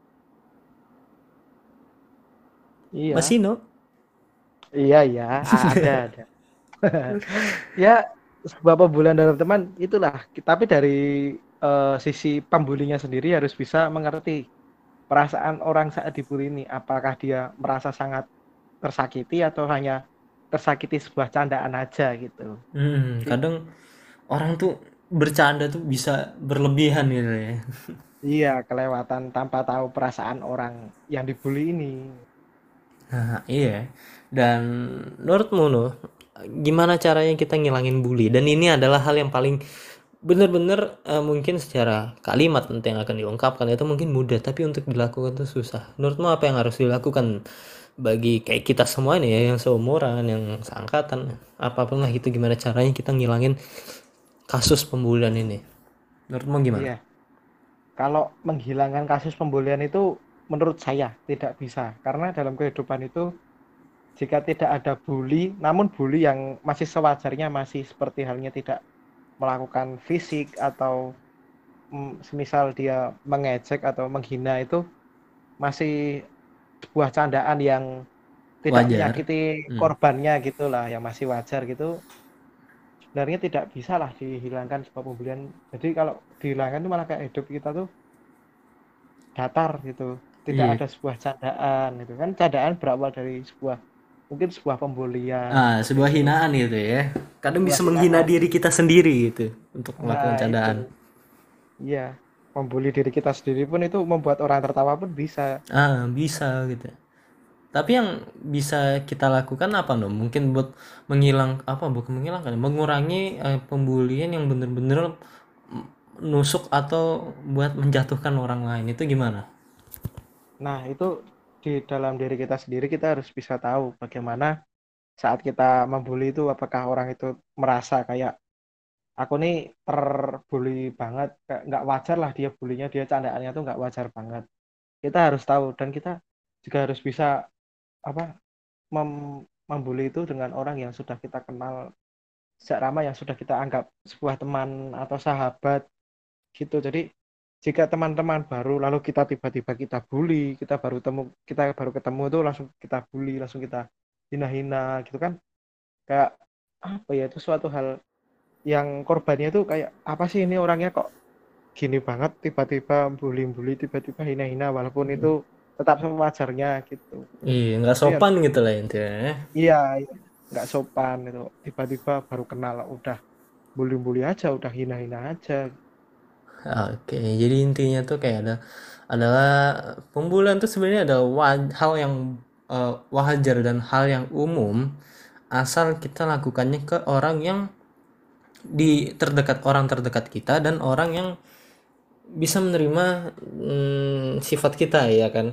Iya, Masih no. iya. Ada. Ya, sebuah pembulian dalam teman itulah. Tapi dari sisi pembulinya sendiri harus bisa mengerti perasaan orang saat dibully ini. Apakah dia merasa sangat tersakiti atau hanya tersakiti sebuah candaan aja gitu. Kadang orang tuh bercanda tuh bisa berlebihan gitu ya. Iya, kelewatan tanpa tahu perasaan orang yang dibully ini. Nah iya, dan menurutmu no, gimana caranya kita ngilangin bully, dan ini adalah hal yang paling bener-bener mungkin secara kalimat nanti yang akan diungkapkan itu mungkin mudah tapi untuk dilakukan tuh susah. Menurutmu apa yang harus dilakukan bagi kayak kita semua nih ya, yang seumuran, yang seangkatan, apapun lah gitu, gimana caranya kita ngilangin kasus pembulian ini? Menurutmu gimana? Iya, kalau menghilangkan kasus pembulian itu menurut saya tidak bisa. Karena dalam kehidupan itu jika tidak ada bully, namun bully yang masih sewajarnya masih seperti halnya tidak melakukan fisik atau semisal dia mengejek atau menghina itu masih sebuah candaan yang tidak Wajar. menyakiti Hmm. korbannya gitulah yang masih wajar gitu. sebenarnya tidak bisa lah dihilangkan sebuah pembulian. Jadi kalau dihilangkan itu malah kayak hidup kita tuh datar gitu, tidak Iya. ada sebuah candaan gitu kan. Candaan berawal dari sebuah mungkin sebuah pembulian Ah, seperti sebuah itu, hinaan gitu ya. Kadang sebuah bisa menghina hinaan. diri kita sendiri gitu untuk melakukan Nah itu, candaan. iya, membuli diri kita sendiri pun itu membuat orang tertawa pun bisa. Ah, bisa gitu. Tapi yang bisa kita lakukan apa no? Mungkin buat menghilang apa bukan menghilangkan, mengurangi pembulian yang bener-bener nusuk atau buat menjatuhkan orang lain itu gimana? Nah itu di dalam diri kita sendiri kita harus bisa tahu bagaimana saat kita membuli itu, apakah orang itu merasa kayak aku nih terbuli banget, kayak nggak wajar lah dia bulinya, dia candaannya tuh nggak wajar banget. Kita harus tahu dan kita juga harus bisa apa membuli itu dengan orang yang sudah kita kenal sejak lama, yang sudah kita anggap sebuah teman atau sahabat gitu. Jadi jika teman-teman baru lalu kita tiba-tiba kita bully, kita baru ketemu tuh langsung kita bully, langsung kita hina-hina gitu kan, kayak apa ya, itu suatu hal yang korbannya tuh kayak apa sih ini orangnya kok gini banget, tiba-tiba bully-bully, tiba-tiba hina-hina, walaupun itu tetap sewajarnya gitu. Iya, nggak Itu ya, sopan gitu lah intinya ya. iya, iya, nggak sopan itu. Tiba-tiba baru kenal udah bully-bully aja, udah hina-hina aja. Oke, jadi intinya tuh kayak adalah pembulian tuh sebenarnya ada hal yang wajar dan hal yang umum asal kita lakukannya ke orang yang di terdekat, orang terdekat kita dan orang yang bisa menerima sifat kita ya kan,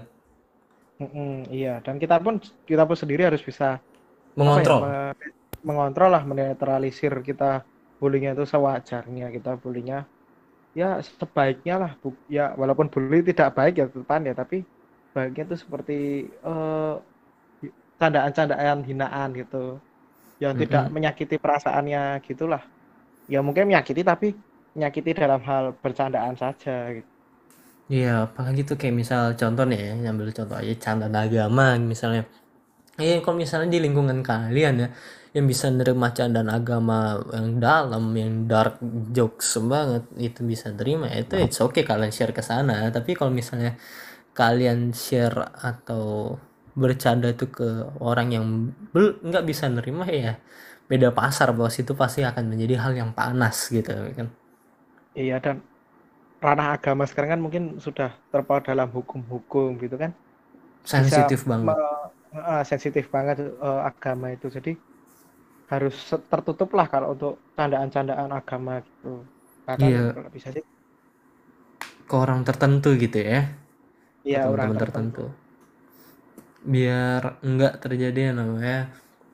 Iya, dan kita pun sendiri harus bisa apa ya, mengontrol. mengontrol lah, menetralisir kita bullyingnya itu sewajarnya kita bullyingnya ya sebaiknya lah, ya walaupun bully tidak baik ya depan ya, tapi baiknya itu seperti eh, candaan-candaan hinaan gitu yang tidak Mm-mm. menyakiti perasaannya gitulah, ya mungkin menyakiti tapi menyakiti dalam hal bercandaan saja gitu. Iya, apalagi tuh kayak misal contoh nih ya, ambil contoh aja canda agama misalnya. Kalau misalnya di lingkungan kalian ya, yang bisa nerima candaan agama yang dalam, yang dark jokes banget, itu bisa terima, itu it's okay kalian share ke sana. Tapi kalau misalnya kalian share atau bercanda itu ke orang yang nggak bisa nerima ya, beda pasar bos, itu pasti akan menjadi hal yang panas gitu kan. Iya, dan ranah agama sekarang kan mungkin sudah terpaut dalam hukum-hukum gitu kan, bisa Sensitif banget. sensitif banget agama itu, jadi harus tertutup lah kalau untuk candaan-candaan agama gitu, bahkan Iya, kalau bisa sih ke orang tertentu gitu ya, ke ya orang teman-teman tertentu. tertentu, biar enggak terjadi yang namanya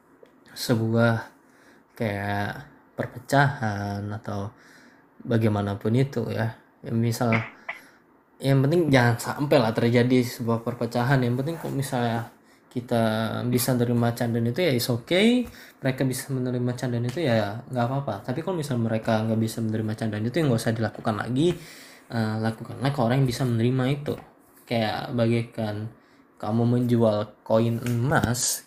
sebuah kayak perpecahan atau bagaimanapun itu ya. Ya misal, yang penting jangan sampai lah terjadi sebuah perpecahan. Yang penting kalau misalnya kita bisa menerima candaan itu ya is okay, mereka bisa menerima candaan itu ya nggak apa-apa. Tapi kalau misalnya mereka nggak bisa menerima candaan itu ya nggak usah dilakukan lagi. Lakukanlah ke orang yang bisa menerima itu. Kayak bagaikan kamu menjual koin emas,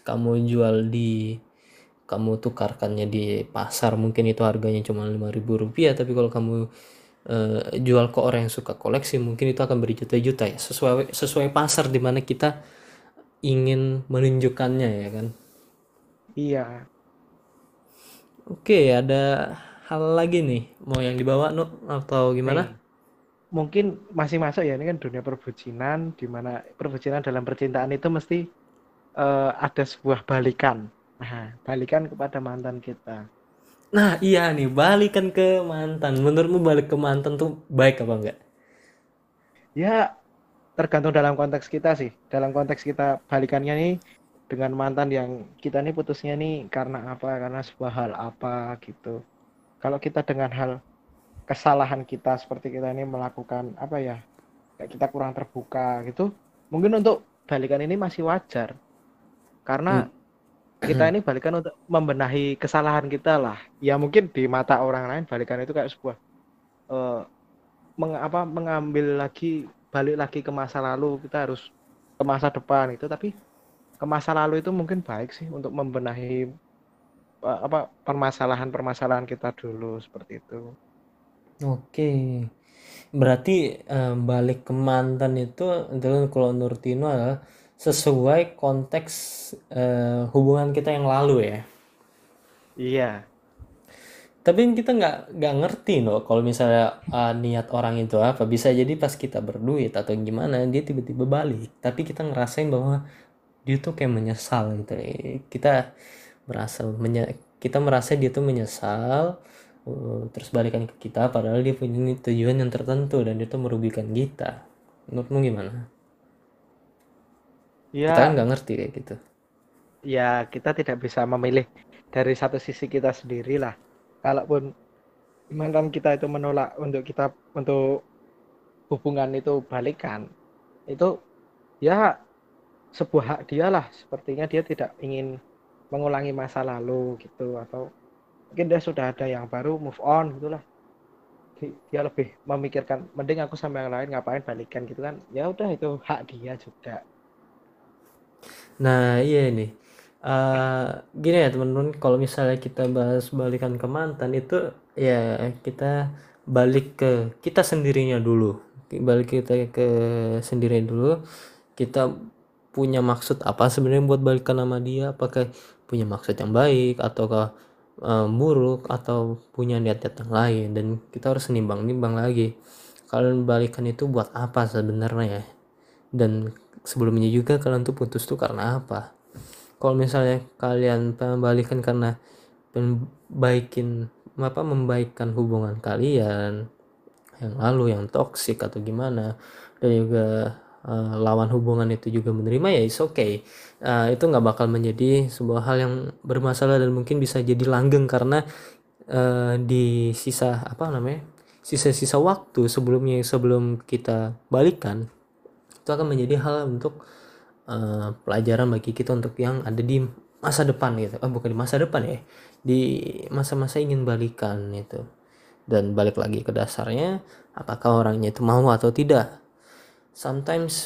kamu tukarkannya di pasar, mungkin itu harganya cuma 5.000 rupiah, tapi kalau kamu jual ke orang yang suka koleksi mungkin itu akan berjuta-juta ya, sesuai sesuai pasar di mana kita ingin menunjukkannya ya kan. Iya. Oke, ada hal lagi nih mau yang dibawa no atau gimana? Nih, mungkin masih masuk ya, ini kan dunia perbucinan, di mana perbucinan dalam percintaan itu mesti ada sebuah balikan. Nah, balikan kepada mantan kita. Nah iya nih, balikan ke mantan, menurutmu balik ke mantan tuh baik apa enggak? Ya, tergantung dalam konteks kita sih. Dalam konteks kita balikannya nih dengan mantan yang kita nih putusnya nih karena apa? Karena sebuah hal apa gitu. Kalau kita dengan hal kesalahan kita seperti kita ini melakukan apa ya? Kayak kita kurang terbuka gitu. Mungkin untuk balikan ini masih wajar. Hmm. Karena kita ini balikan untuk membenahi kesalahan kita lah. Ya mungkin di mata orang lain balikan itu kayak sebuah eh, mengambil lagi, balik lagi ke masa lalu, kita harus ke masa depan itu, tapi ke masa lalu itu mungkin baik sih untuk membenahi permasalahan-permasalahan kita dulu seperti itu. Oke. Berarti balik ke mantan itu kalau menurut Tino adalah sesuai konteks hubungan kita yang lalu ya. Iya, Tapi kita nggak ngerti loh kalau misalnya niat orang itu apa. Bisa jadi pas kita berduit atau gimana dia tiba-tiba balik. Tapi kita ngerasain bahwa dia tuh kayak menyesal gitu. Kita merasa kita merasa dia tuh menyesal, terus balikan ke kita padahal dia punya tujuan yang tertentu dan itu merugikan kita. Menurutmu gimana? Kita kan ya, nggak ngerti kayak gitu. ya kita tidak bisa memilih dari satu sisi kita sendiri lah. Kalaupun mantan kita itu menolak untuk hubungan itu balikan, itu ya sebuah hak dia lah. Sepertinya dia tidak ingin mengulangi masa lalu gitu, atau mungkin dia sudah ada yang baru, move on gitulah. Dia lebih memikirkan mending aku sama yang lain, ngapain balikan gitu kan. Ya udah, itu hak dia juga. Nah iya nih. Gini ya teman-teman, kalau misalnya kita bahas balikan ke mantan itu ya kita balik ke kita sendirinya dulu, balik kita ke sendirinya dulu. Kita punya maksud apa sebenarnya buat balikan sama dia? Apakah punya maksud yang baik ataukah buruk atau punya niat-niat yang lain? Dan kita harus nimbang-nimbang lagi. Kalian balikan itu buat apa sebenarnya ya? Dan sebelumnya juga kalian tuh putus tuh karena apa? Kalau misalnya kalian balikan karena membaikkan hubungan kalian yang lalu yang toksik atau gimana, dan juga lawan hubungan itu juga menerima, ya it's okay. Itu nggak bakal menjadi sebuah hal yang bermasalah dan mungkin bisa jadi langgeng karena di sisa-sisa waktu sebelum kita balikan itu akan menjadi hal untuk pelajaran bagi kita untuk yang ada di masa depan gitu. Bukan di masa depan ya, di masa-masa ingin balikan itu. Dan balik lagi ke dasarnya, apakah orangnya itu mau atau tidak. Sometimes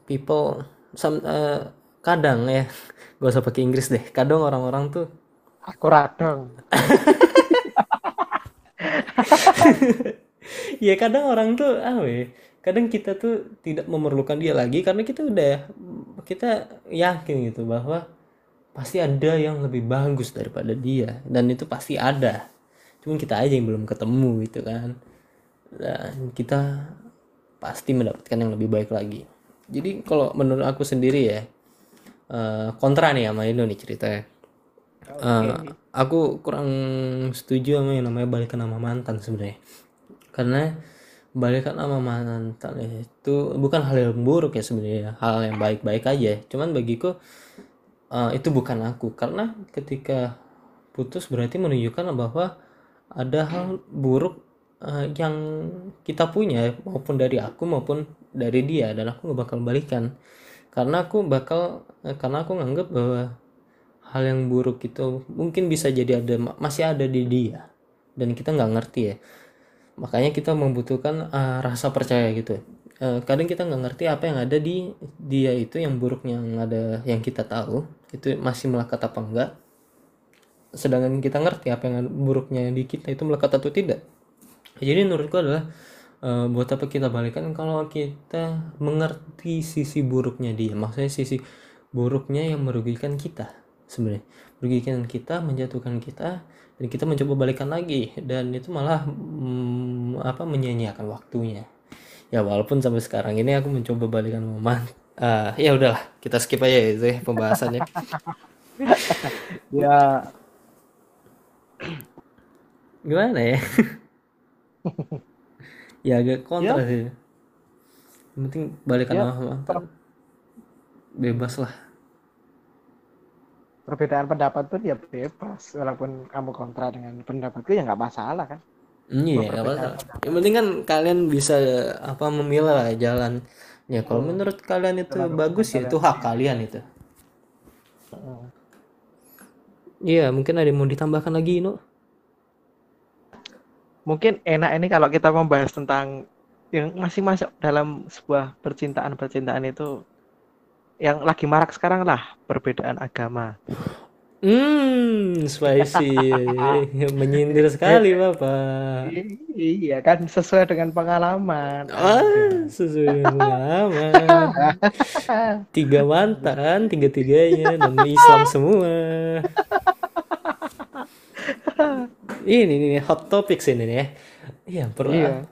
kadang ya, gak usah pakai Inggris deh, kadang orang-orang tuh Aku radang. ya kadang orang tuh kadang kita tuh tidak memerlukan dia lagi karena kita yakin gitu bahwa pasti ada yang lebih bagus daripada dia, dan itu pasti ada, cuman kita aja yang belum ketemu gitu kan. Dan kita pasti mendapatkan yang lebih baik lagi. Jadi kalau menurut aku sendiri ya, kontra nih sama Indo nih ceritanya. Oke. Aku kurang setuju sama yang namanya balikan sama mantan sebenarnya, karena balikan sama mantan itu bukan hal yang buruk ya sebenarnya, hal yang baik-baik aja. Cuman bagiku itu bukan aku, karena ketika putus berarti menunjukkan bahwa ada hal buruk yang kita punya, maupun dari aku maupun dari dia, dan aku gak bakal balikan karena aku nganggap bahwa hal yang buruk itu mungkin bisa jadi masih ada di dia dan kita nggak ngerti ya. Makanya kita membutuhkan rasa percaya gitu. Kadang kita nggak ngerti apa yang ada di dia itu, yang buruknya yang ada yang kita tahu itu masih melekat apa enggak, sedangkan kita ngerti apa yang buruknya di kita itu melekat atau tidak. Jadi menurutku adalah buat apa kita balikan kalau kita mengerti sisi buruknya dia, maksudnya sisi buruknya yang merugikan kita sebenarnya, merugikan kita, menjatuhkan kita, dan kita mencoba balikan lagi, dan itu malah menyia-nyiakan waktunya. Ya walaupun sampai sekarang ini aku mencoba balikan sama ya udahlah, kita skip aja itu ya pembahasannya. Ya, Gimana ya? Ya agak kontra ya, sih. Yang penting balikan ya, sama mantan, per- bebas lah. perbedaan pendapat pun ya bebas. Walaupun kamu kontra dengan pendapatku ya nggak masalah kan. Iya, Sebuah nggak perbedaan masalah. Yang pendapat. penting kan kalian bisa memilah lah jalan. Ya kalau Hmm, menurut kalian itu jalan hubungan bagus ya itu kalian hak sendiri. kalian itu. Hmm. Iya, mungkin ada yang mau ditambahkan lagi, no? Mungkin enak ini kalau kita membahas tentang yang masih masuk dalam sebuah percintaan itu, yang lagi marak sekarang lah, perbedaan agama. Spicy. Menyindir sekali, Beda. Bapak. Iya kan sesuai dengan pengalaman Anda. Sesuai dengan pengalaman. Tiga mantan, tiga-tiganya, dan Islam semua. Ini nih, hot topic sini nih ya. Iya, Iya.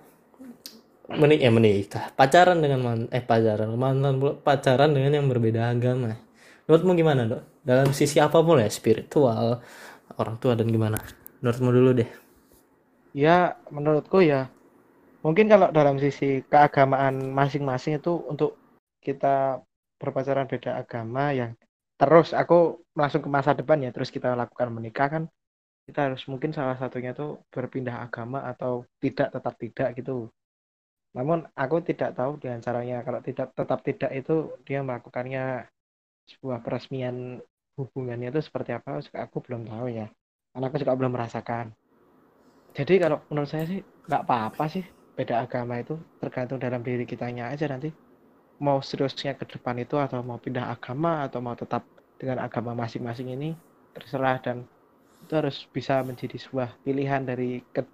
menikah. Pacaran dengan pacaran, mantan pula. Pacaran dengan yang berbeda agama. Menurutmu gimana, Dok? Dalam sisi apapun ya, spiritual, orang tua dan gimana? Menurutmu dulu deh. Ya, menurutku ya, mungkin kalau dalam sisi keagamaan masing-masing itu untuk kita berpacaran beda agama yang terus aku langsung ke masa depan ya, terus kita lakukan menikah kan kita harus mungkin salah satunya tuh berpindah agama atau tidak tetap tidak gitu. Namun aku tidak tahu dengan caranya kalau tidak tetap tidak itu dia melakukannya sebuah peresmian hubungannya itu seperti apa aku belum tahu ya. Karena aku juga belum merasakan. Jadi kalau menurut saya sih nggak apa-apa sih beda agama itu tergantung dalam diri kitanya aja nanti mau seriusnya ke depan itu atau mau pindah agama atau mau tetap dengan agama masing-masing ini terserah dan itu harus bisa menjadi sebuah pilihan dari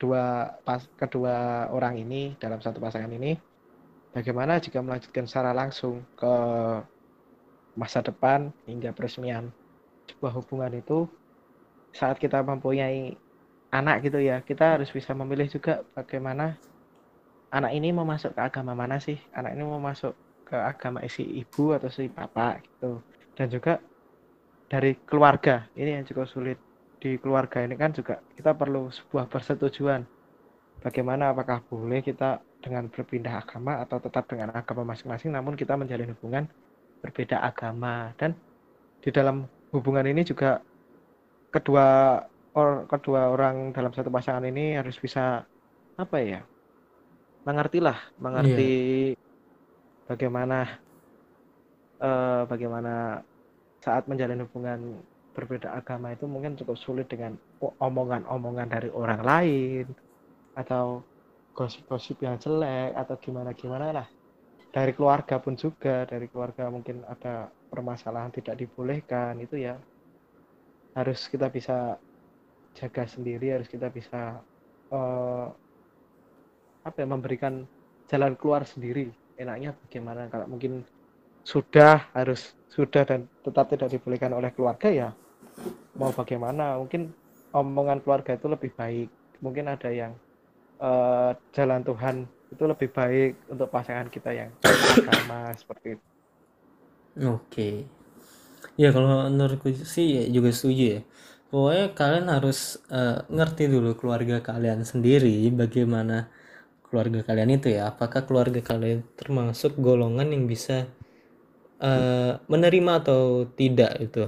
kedua orang ini dalam satu pasangan ini bagaimana jika melanjutkan secara langsung ke masa depan hingga peresmian sebuah hubungan itu saat kita mempunyai anak gitu ya kita harus bisa memilih juga bagaimana anak ini mau masuk ke agama mana sih anak ini mau masuk ke agama si ibu atau si bapak gitu dan juga dari keluarga ini yang cukup sulit di keluarga ini kan juga kita perlu sebuah persetujuan bagaimana apakah boleh kita dengan berpindah agama atau tetap dengan agama masing-masing namun kita menjalin hubungan berbeda agama dan di dalam hubungan ini juga kedua kedua orang dalam satu pasangan ini harus bisa apa ya mengerti Iya. bagaimana bagaimana saat menjalin hubungan berbeda agama itu mungkin cukup sulit dengan omongan-omongan dari orang lain atau gosip-gosip yang jelek atau gimana-gimana lah dari keluarga pun juga dari keluarga mungkin ada permasalahan tidak dibolehkan itu ya harus kita bisa jaga sendiri harus kita bisa uh, apa ya memberikan jalan keluar sendiri enaknya bagaimana kalau mungkin sudah dan tetap tidak dibolehkan oleh keluarga ya mau bagaimana mungkin omongan keluarga itu lebih baik mungkin ada yang jalan Tuhan itu lebih baik untuk pasangan kita yang satu agama seperti itu. Oke. Ya kalau menurutku sih ya juga setuju ya. Pokoknya kalian harus ngerti dulu keluarga kalian sendiri, bagaimana keluarga kalian itu ya. Apakah keluarga kalian termasuk golongan yang bisa menerima atau tidak itu.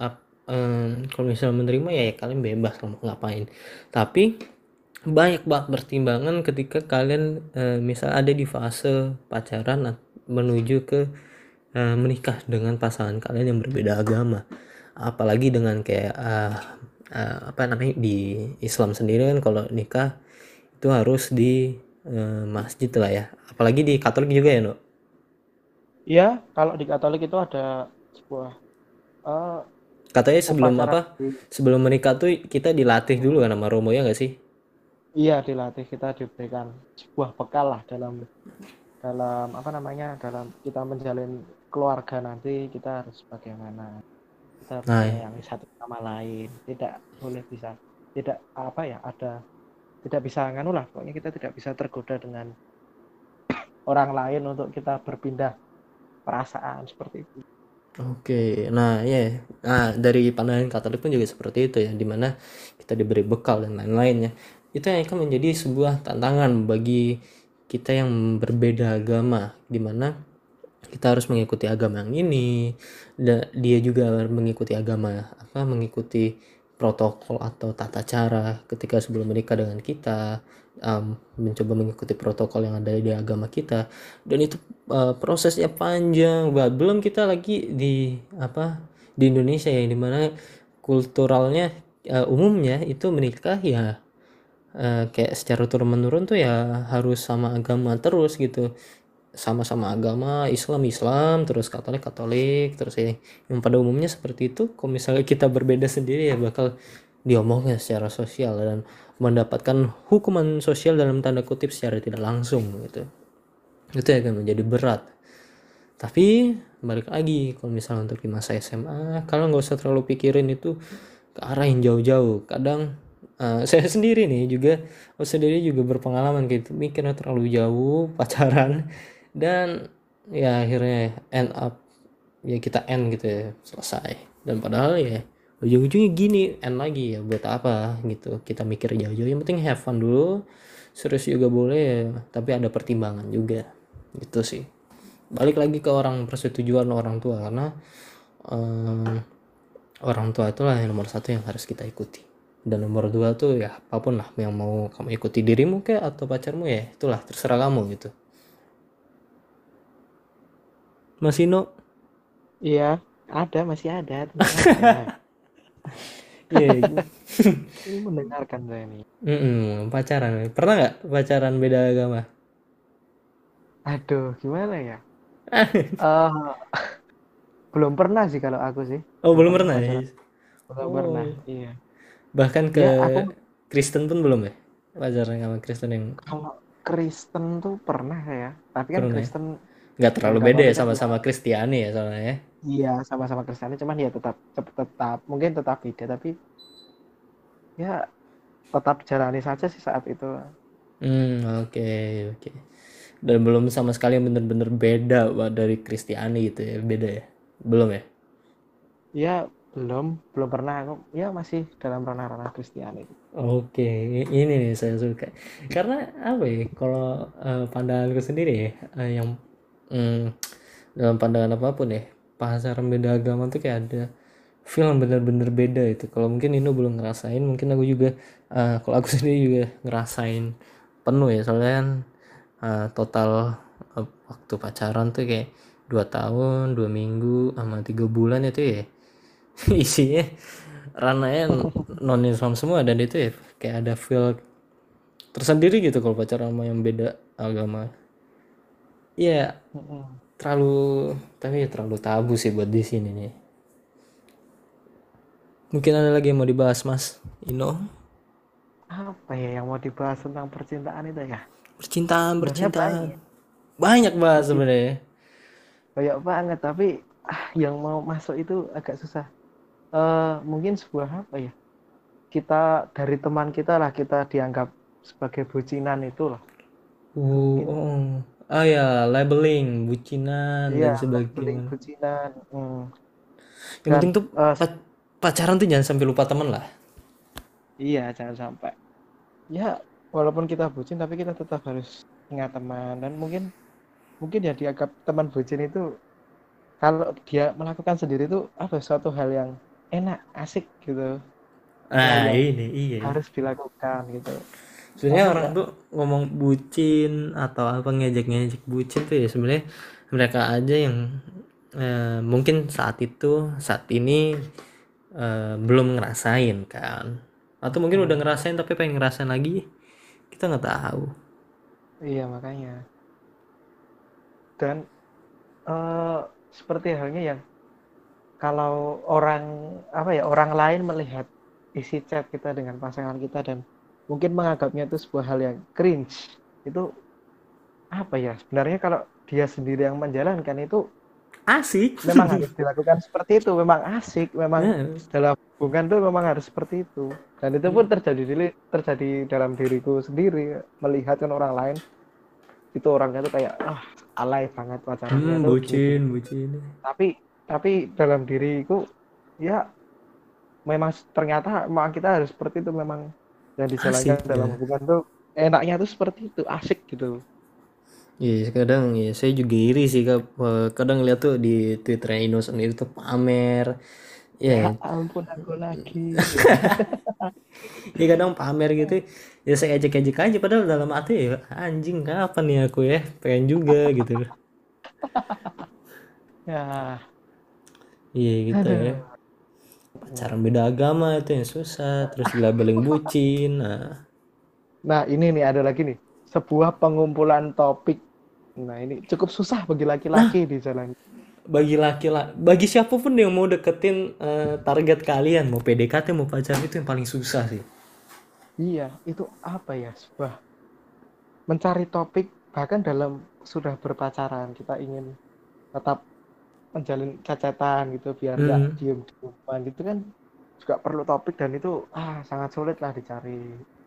Kalau misalnya menerima ya, ya kalian bebas mau ngapain. Tapi banyak banget pertimbangan ketika kalian misal ada di fase pacaran menuju ke menikah dengan pasangan kalian yang berbeda agama, apalagi dengan kayak apa namanya di Islam sendiri kan kalau nikah itu harus di masjid lah ya, apalagi di Katolik juga ya, no? Ya kalau di Katolik itu ada sebuah uh, Katanya sebelum upacara apa, sebelum menikah tuh kita dilatih dulu kan sama Romo, ya nggak sih? iya dilatih kita diberikan sebuah bekal lah dalam dalam apa namanya dalam kita menjalin keluarga nanti kita harus bagaimana kita harus Nah, menyayangi satu sama lain tidak boleh bisa tidak apa ya ada tidak bisa nganu lah pokoknya kita tidak bisa tergoda dengan orang lain untuk kita berpindah perasaan seperti itu. oke. Nah, ya. Nah, dari pandangan Katolik pun juga seperti itu ya, dimana kita diberi bekal dan lain-lainnya. Itu yang akan menjadi sebuah tantangan bagi kita yang berbeda agama, dimana kita harus mengikuti agama yang ini, dan dia juga mengikuti agama apa, mengikuti protokol atau tata cara ketika sebelum menikah dengan kita, mencoba mengikuti protokol yang ada di agama kita, dan itu prosesnya panjang banget. Belum kita lagi di apa, di Indonesia yang dimana kulturalnya umumnya itu menikah ya kayak secara turun menurun tuh ya harus sama agama terus gitu. sama-sama agama, Islam Islam, terus Katolik Katolik, terus ya yang pada umumnya seperti itu. Kalau misalnya kita berbeda sendiri ya bakal diomongin secara sosial dan mendapatkan hukuman sosial dalam tanda kutip secara tidak langsung gitu. Itu akan menjadi berat. Tapi balik lagi kalau misalnya untuk di masa SMA, kalau nggak usah terlalu pikirin itu ke arah yang jauh-jauh. Kadang saya sendiri nih juga, aku sendiri juga berpengalaman gitu, mikirnya terlalu jauh pacaran dan ya akhirnya end up ya kita end gitu ya, selesai. Dan padahal ya ujung-ujungnya gini, end lagi ya buat apa gitu kita mikir jauh-jauh. Yang penting have fun dulu, serius juga boleh ya, tapi ada pertimbangan juga gitu sih. Balik lagi ke orang persetujuan orang tua, karena eh, orang tua itulah yang nomor satu yang harus kita ikuti. Dan nomor dua tuh ya apapun lah yang mau kamu ikuti, dirimu kayak atau pacarmu, ya itulah terserah kamu gitu. Mas Ino. Iya, ada, masih ada, tenang aja. Iya. Ini mendengarkan saya ini. Pacaran pernah nggak pacaran beda agama? Aduh, gimana ya? Eh, belum pernah sih kalau aku sih. Oh Belum belum pernah pernah ya. pacaran. Belum pernah, Oh iya. bahkan ke Ya, aku Kristen pun belum ya, pacaran sama Kristen yang kalau Kristen tuh pernah ya. Tapi kan pernah ya? Kristen Nggak terlalu agama beda ya, kita ya, sama-sama Kristiani ya soalnya ya. iya sama-sama Kristiani, cuman ya tetap mungkin tetap beda, tapi ya tetap jalani saja sih saat itu. Oke oke. Dan belum sama sekali yang bener-bener beda dari Kristiani gitu ya, beda ya, belum ya. Ya belum pernah, aku ya masih dalam ranah-ranah Kristiani. Oke, ini nih saya suka. Karena apa ya, kalau pandanganku sendiri ya, yang mm, dalam pandangan apapun ya, pasaran beda agama tuh kayak ada feel yang bener-bener beda itu. Kalau mungkin Indo belum ngerasain, mungkin aku juga, kalau aku sendiri juga ngerasain penuh ya. Soalnya kan total waktu pacaran tuh kayak 2 tahun, 2 minggu, sama 3 bulan itu ya. Isinya ranahnya non Islam semua, dan itu ya kayak ada feel tersendiri gitu kalau pacaran sama yang beda agama. Ya Mm-mm. terlalu, tapi ya terlalu tabu sih buat di sini nih. Mungkin ada lagi yang mau dibahas Mas Ino? Apa ya yang mau dibahas tentang percintaan itu ya? Percintaan, Sebenarnya percintaan. banyak, Banyak bahas percintaan sebenarnya. banyak banget, tapi yang mau masuk itu agak susah. Mungkin sebuah apa ya? Kita dari teman kita lah, kita dianggap sebagai bucinan itu lah. Mungkin Oh. Ah ya, labeling, bucinan iya, dan labeling sebagainya. bucinan. Yang Dan penting tuh pacaran tuh jangan sampai lupa teman lah. iya jangan sampai. Ya walaupun kita bucin tapi kita tetap harus ingat teman, dan mungkin mungkin ya dianggap teman bucin itu kalau dia melakukan sendiri itu apa suatu hal yang enak, asik gitu, hal Ah yang ini iya. harus dilakukan gitu. Sebenarnya Kamu orang nggak? tuh ngomong bucin atau apa, ngejek-ngejek bucin tuh ya sebenarnya mereka aja yang mungkin saat ini belum ngerasain kan, atau mungkin udah Hmm, ngerasain tapi pengen ngerasain lagi, kita nggak tahu. iya makanya. Dan eh, seperti halnya yang kalau orang apa ya, orang lain melihat isi chat kita dengan pasangan kita dan mungkin menganggapnya itu sebuah hal yang cringe, itu apa ya, sebenarnya kalau dia sendiri yang menjalankan itu Asik. memang harus dilakukan seperti itu, memang asik, memang Nah, dalam hubungan tuh memang harus seperti itu, dan itu pun terjadi dalam diriku sendiri, melihat kan orang lain itu orangnya tuh kayak alay banget, pacarannya tuh gini bucin gini, bucin. tapi dalam diriku ya memang ternyata memang kita harus seperti itu, memang yang Asik dijalankan dalam ya. hubungan tuh enaknya tuh seperti itu, asik gitu. Iya, kadang ya saya juga iri sih Kak. Kadang lihat tuh di Twitter Ino sendiri tuh pamer. Ya Ya, ampun, aku lagi. ya kadang pamer gitu. Ya saya ejek-ejek aja padahal dalam hati ya anjing kapan nih aku ya pengen juga gitu. Ya, Iya gitu ya. aduh. Pacaran beda agama itu yang susah, terus dilabeling bucin. Nah, Nah, ini nih ada lagi nih, sebuah pengumpulan topik Nah, ini cukup susah bagi Nah, laki-laki di jalan. bagi siapapun yang mau deketin target kalian, mau PDKT mau pacaran itu yang paling susah sih. Iya, itu apa ya? Sebuah mencari topik bahkan dalam sudah berpacaran kita ingin tetap menjalin cacatan gitu biar nggak Hmm. diem-dieman gitu kan juga perlu topik dan itu sangat sulit lah dicari.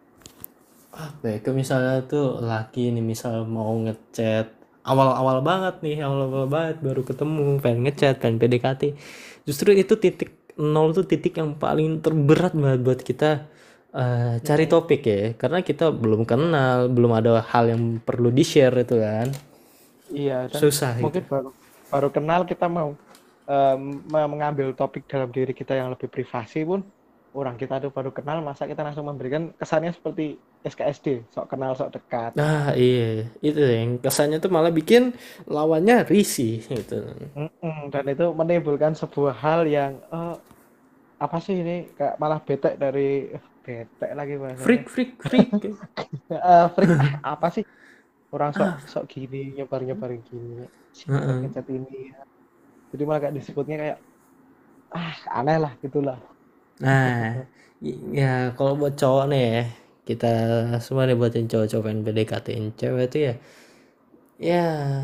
Apa ya, ke misalnya tuh laki nih misal mau ngechat awal-awal banget nih, awal-awal banget baru ketemu, pengen ngechat, pengen PDKT. Justru itu titik nol tuh titik yang paling terberat banget buat kita cari Mm-mm. topik ya. Karena kita belum Ya, kenal, belum ada hal yang perlu di-share itu kan. iya dan Susah itu. mungkin baru baru kenal kita mau em, mengambil topik dalam diri kita yang lebih privasi pun orang kita tuh baru kenal masa kita langsung memberikan kesannya seperti SKSD sok kenal sok dekat. Nah, iya, itu yang kesannya tuh malah bikin lawannya risih gitu. Mm-mm. Dan itu menimbulkan sebuah hal yang apa sih ini kayak malah bete dari bete lagi bahasanya. Freak, freak, freak. Freak apa sih orang sok sok gini nyebar-nyebarin gini sih ngecat Heeh. ngecat ini jadi malah kayak disebutnya kayak aneh lah gitulah. Nah, ya kalau buat cowok nih ya, kita semua nih buat yang cowok-cowok pengen PDKT-in cewek itu ya, ya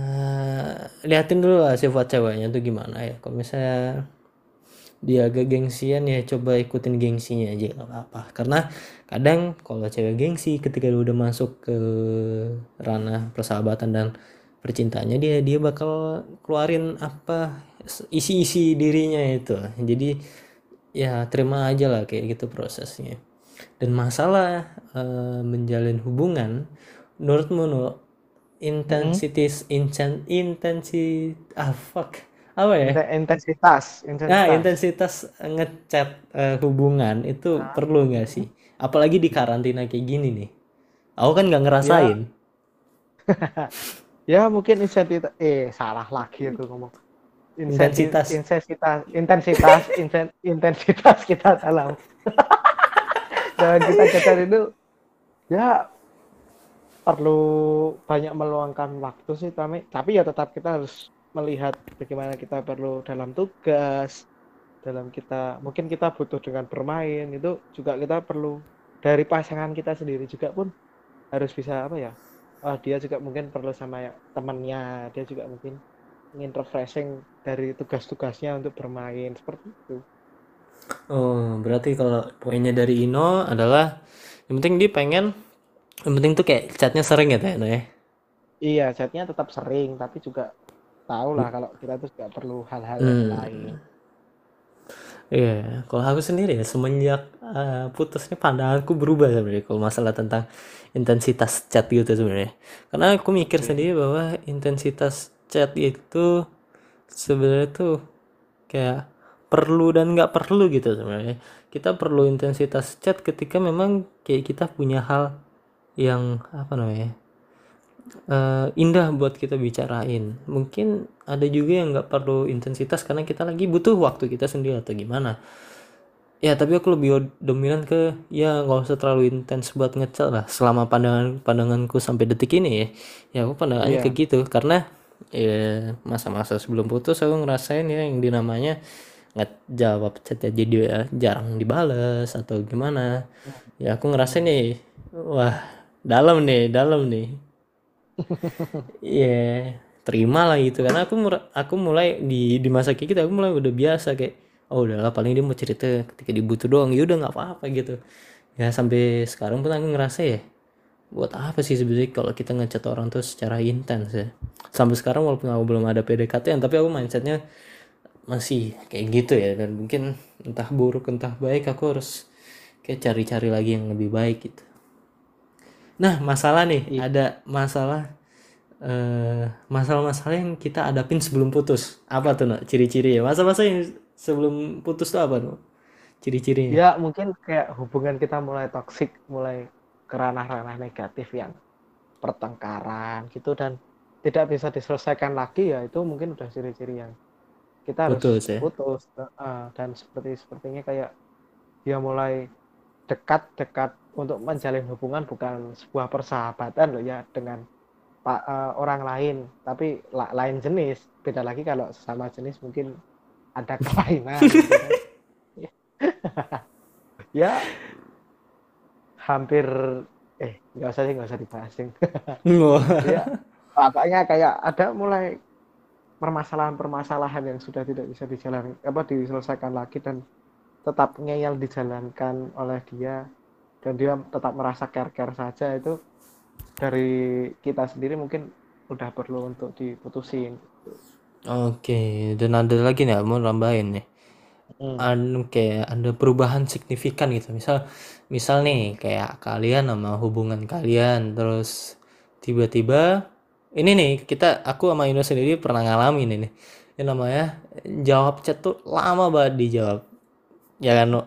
liatin dulu lah sifat ceweknya tuh gimana ya. Kalau misalnya dia agak gengsian ya coba ikutin gengsinya aja gak apa-apa. Karena kadang kalau cewek gengsi ketika dia udah masuk ke ranah persahabatan dan percintaannya dia bakal keluarin apa isi-isi dirinya itu. Jadi ya terima aja lah kayak gitu prosesnya. Dan masalah menjalin hubungan, menurutmu no, Mm-mm. intensi fuck apa ya? Intensitas. Intensitas ngechat hubungan itu perlu nggak sih? Mm-mm. Apalagi di karantina kayak gini nih. Aku kan nggak Ya ngerasain ya mungkin intensitas salah lagi aku ngomong intensitas. intensitas kita dalam kita cacat itu ya perlu banyak meluangkan waktu sih tapi ya tetap kita harus melihat bagaimana kita perlu dalam tugas dalam kita mungkin kita butuh dengan bermain itu juga kita perlu dari pasangan kita sendiri juga pun harus bisa apa ya dia juga mungkin perlu sama ya, temannya dia juga mungkin ingin refreshing dari tugas-tugasnya untuk bermain seperti itu. Oh, berarti kalau poinnya dari Ino adalah yang penting dia pengen, yang penting tuh kayak chatnya sering gitu ya, Ino ya. Iya chatnya tetap sering tapi juga tahu lah kalau kita tuh juga perlu hal-hal yang lain. Hmm. Iya, kalau aku sendiri ya semenjak putusnya pandanganku berubah sebenarnya kalau masalah tentang intensitas chat gitu sebenarnya. Karena aku mikir Oke. sendiri bahwa intensitas chat itu sebenarnya tuh kayak perlu dan nggak perlu gitu sebenarnya. Kita perlu intensitas chat ketika memang kayak kita punya hal yang apa namanya indah buat kita bicarain. Mungkin ada juga yang nggak perlu intensitas karena kita lagi butuh waktu kita sendiri atau gimana. Ya, tapi aku lebih dominan ke ya nggak usah terlalu intens buat ngechat lah. Selama pandanganku sampai detik ini ya, ya aku pandangannya kayak Iya. gitu karena ya masa-masa sebelum putus aku ngerasain ya yang dinamanya nggak jawab chat ya jadi ya, jarang dibales atau gimana. Ya aku ngerasain Hmm. nih, wah dalam nih. Iya, terima lah gitu karena aku mulai di masa kayak gitu aku mulai udah biasa kayak oh udahlah paling dia mau cerita ketika dibutuh doang ya udah nggak apa-apa gitu ya sampai sekarang pun aku ngerasa ya buat apa sih sebenarnya kalau kita ngechat orang tuh secara intens ya sampai sekarang walaupun aku belum ada PDKT tapi aku mindsetnya masih kayak gitu ya dan mungkin entah buruk entah baik aku harus kayak cari-cari lagi yang lebih baik gitu. Nah masalah nih Iya. ada masalah-masalah yang kita hadapin sebelum putus apa tuh no ciri-ciri ya masa-masa yang sebelum putus tuh apa no ciri-cirinya. Ya mungkin kayak hubungan kita mulai toksik, mulai ke ranah-ranah negatif yang pertengkaran gitu dan tidak bisa diselesaikan lagi ya itu mungkin udah ciri-ciri yang kita harus Putus ya. putus. Dan sepertinya kayak dia mulai dekat-dekat untuk menjalin hubungan bukan sebuah persahabatan loh ya dengan orang lain, tapi lain jenis. Beda lagi kalau sesama jenis mungkin ada kelainan gitu kan. Ya hampir nggak usah dibahas. Ya Wah. pokoknya kayak ada mulai permasalahan-permasalahan yang sudah tidak bisa diselesaikan lagi dan tetap ngeyel dijalankan oleh dia, dan dia tetap merasa care-care saja, itu dari kita sendiri mungkin udah perlu untuk diputusin. Oke, dan ada lagi nih mau nambahin nih. Hmm. Kayak ada perubahan signifikan gitu. Misal nih kayak kalian sama hubungan kalian terus tiba-tiba ini nih aku sama Ino sendiri pernah ngalamin ini. Ini namanya jawab chat tuh lama banget dijawab. Ya kan, No?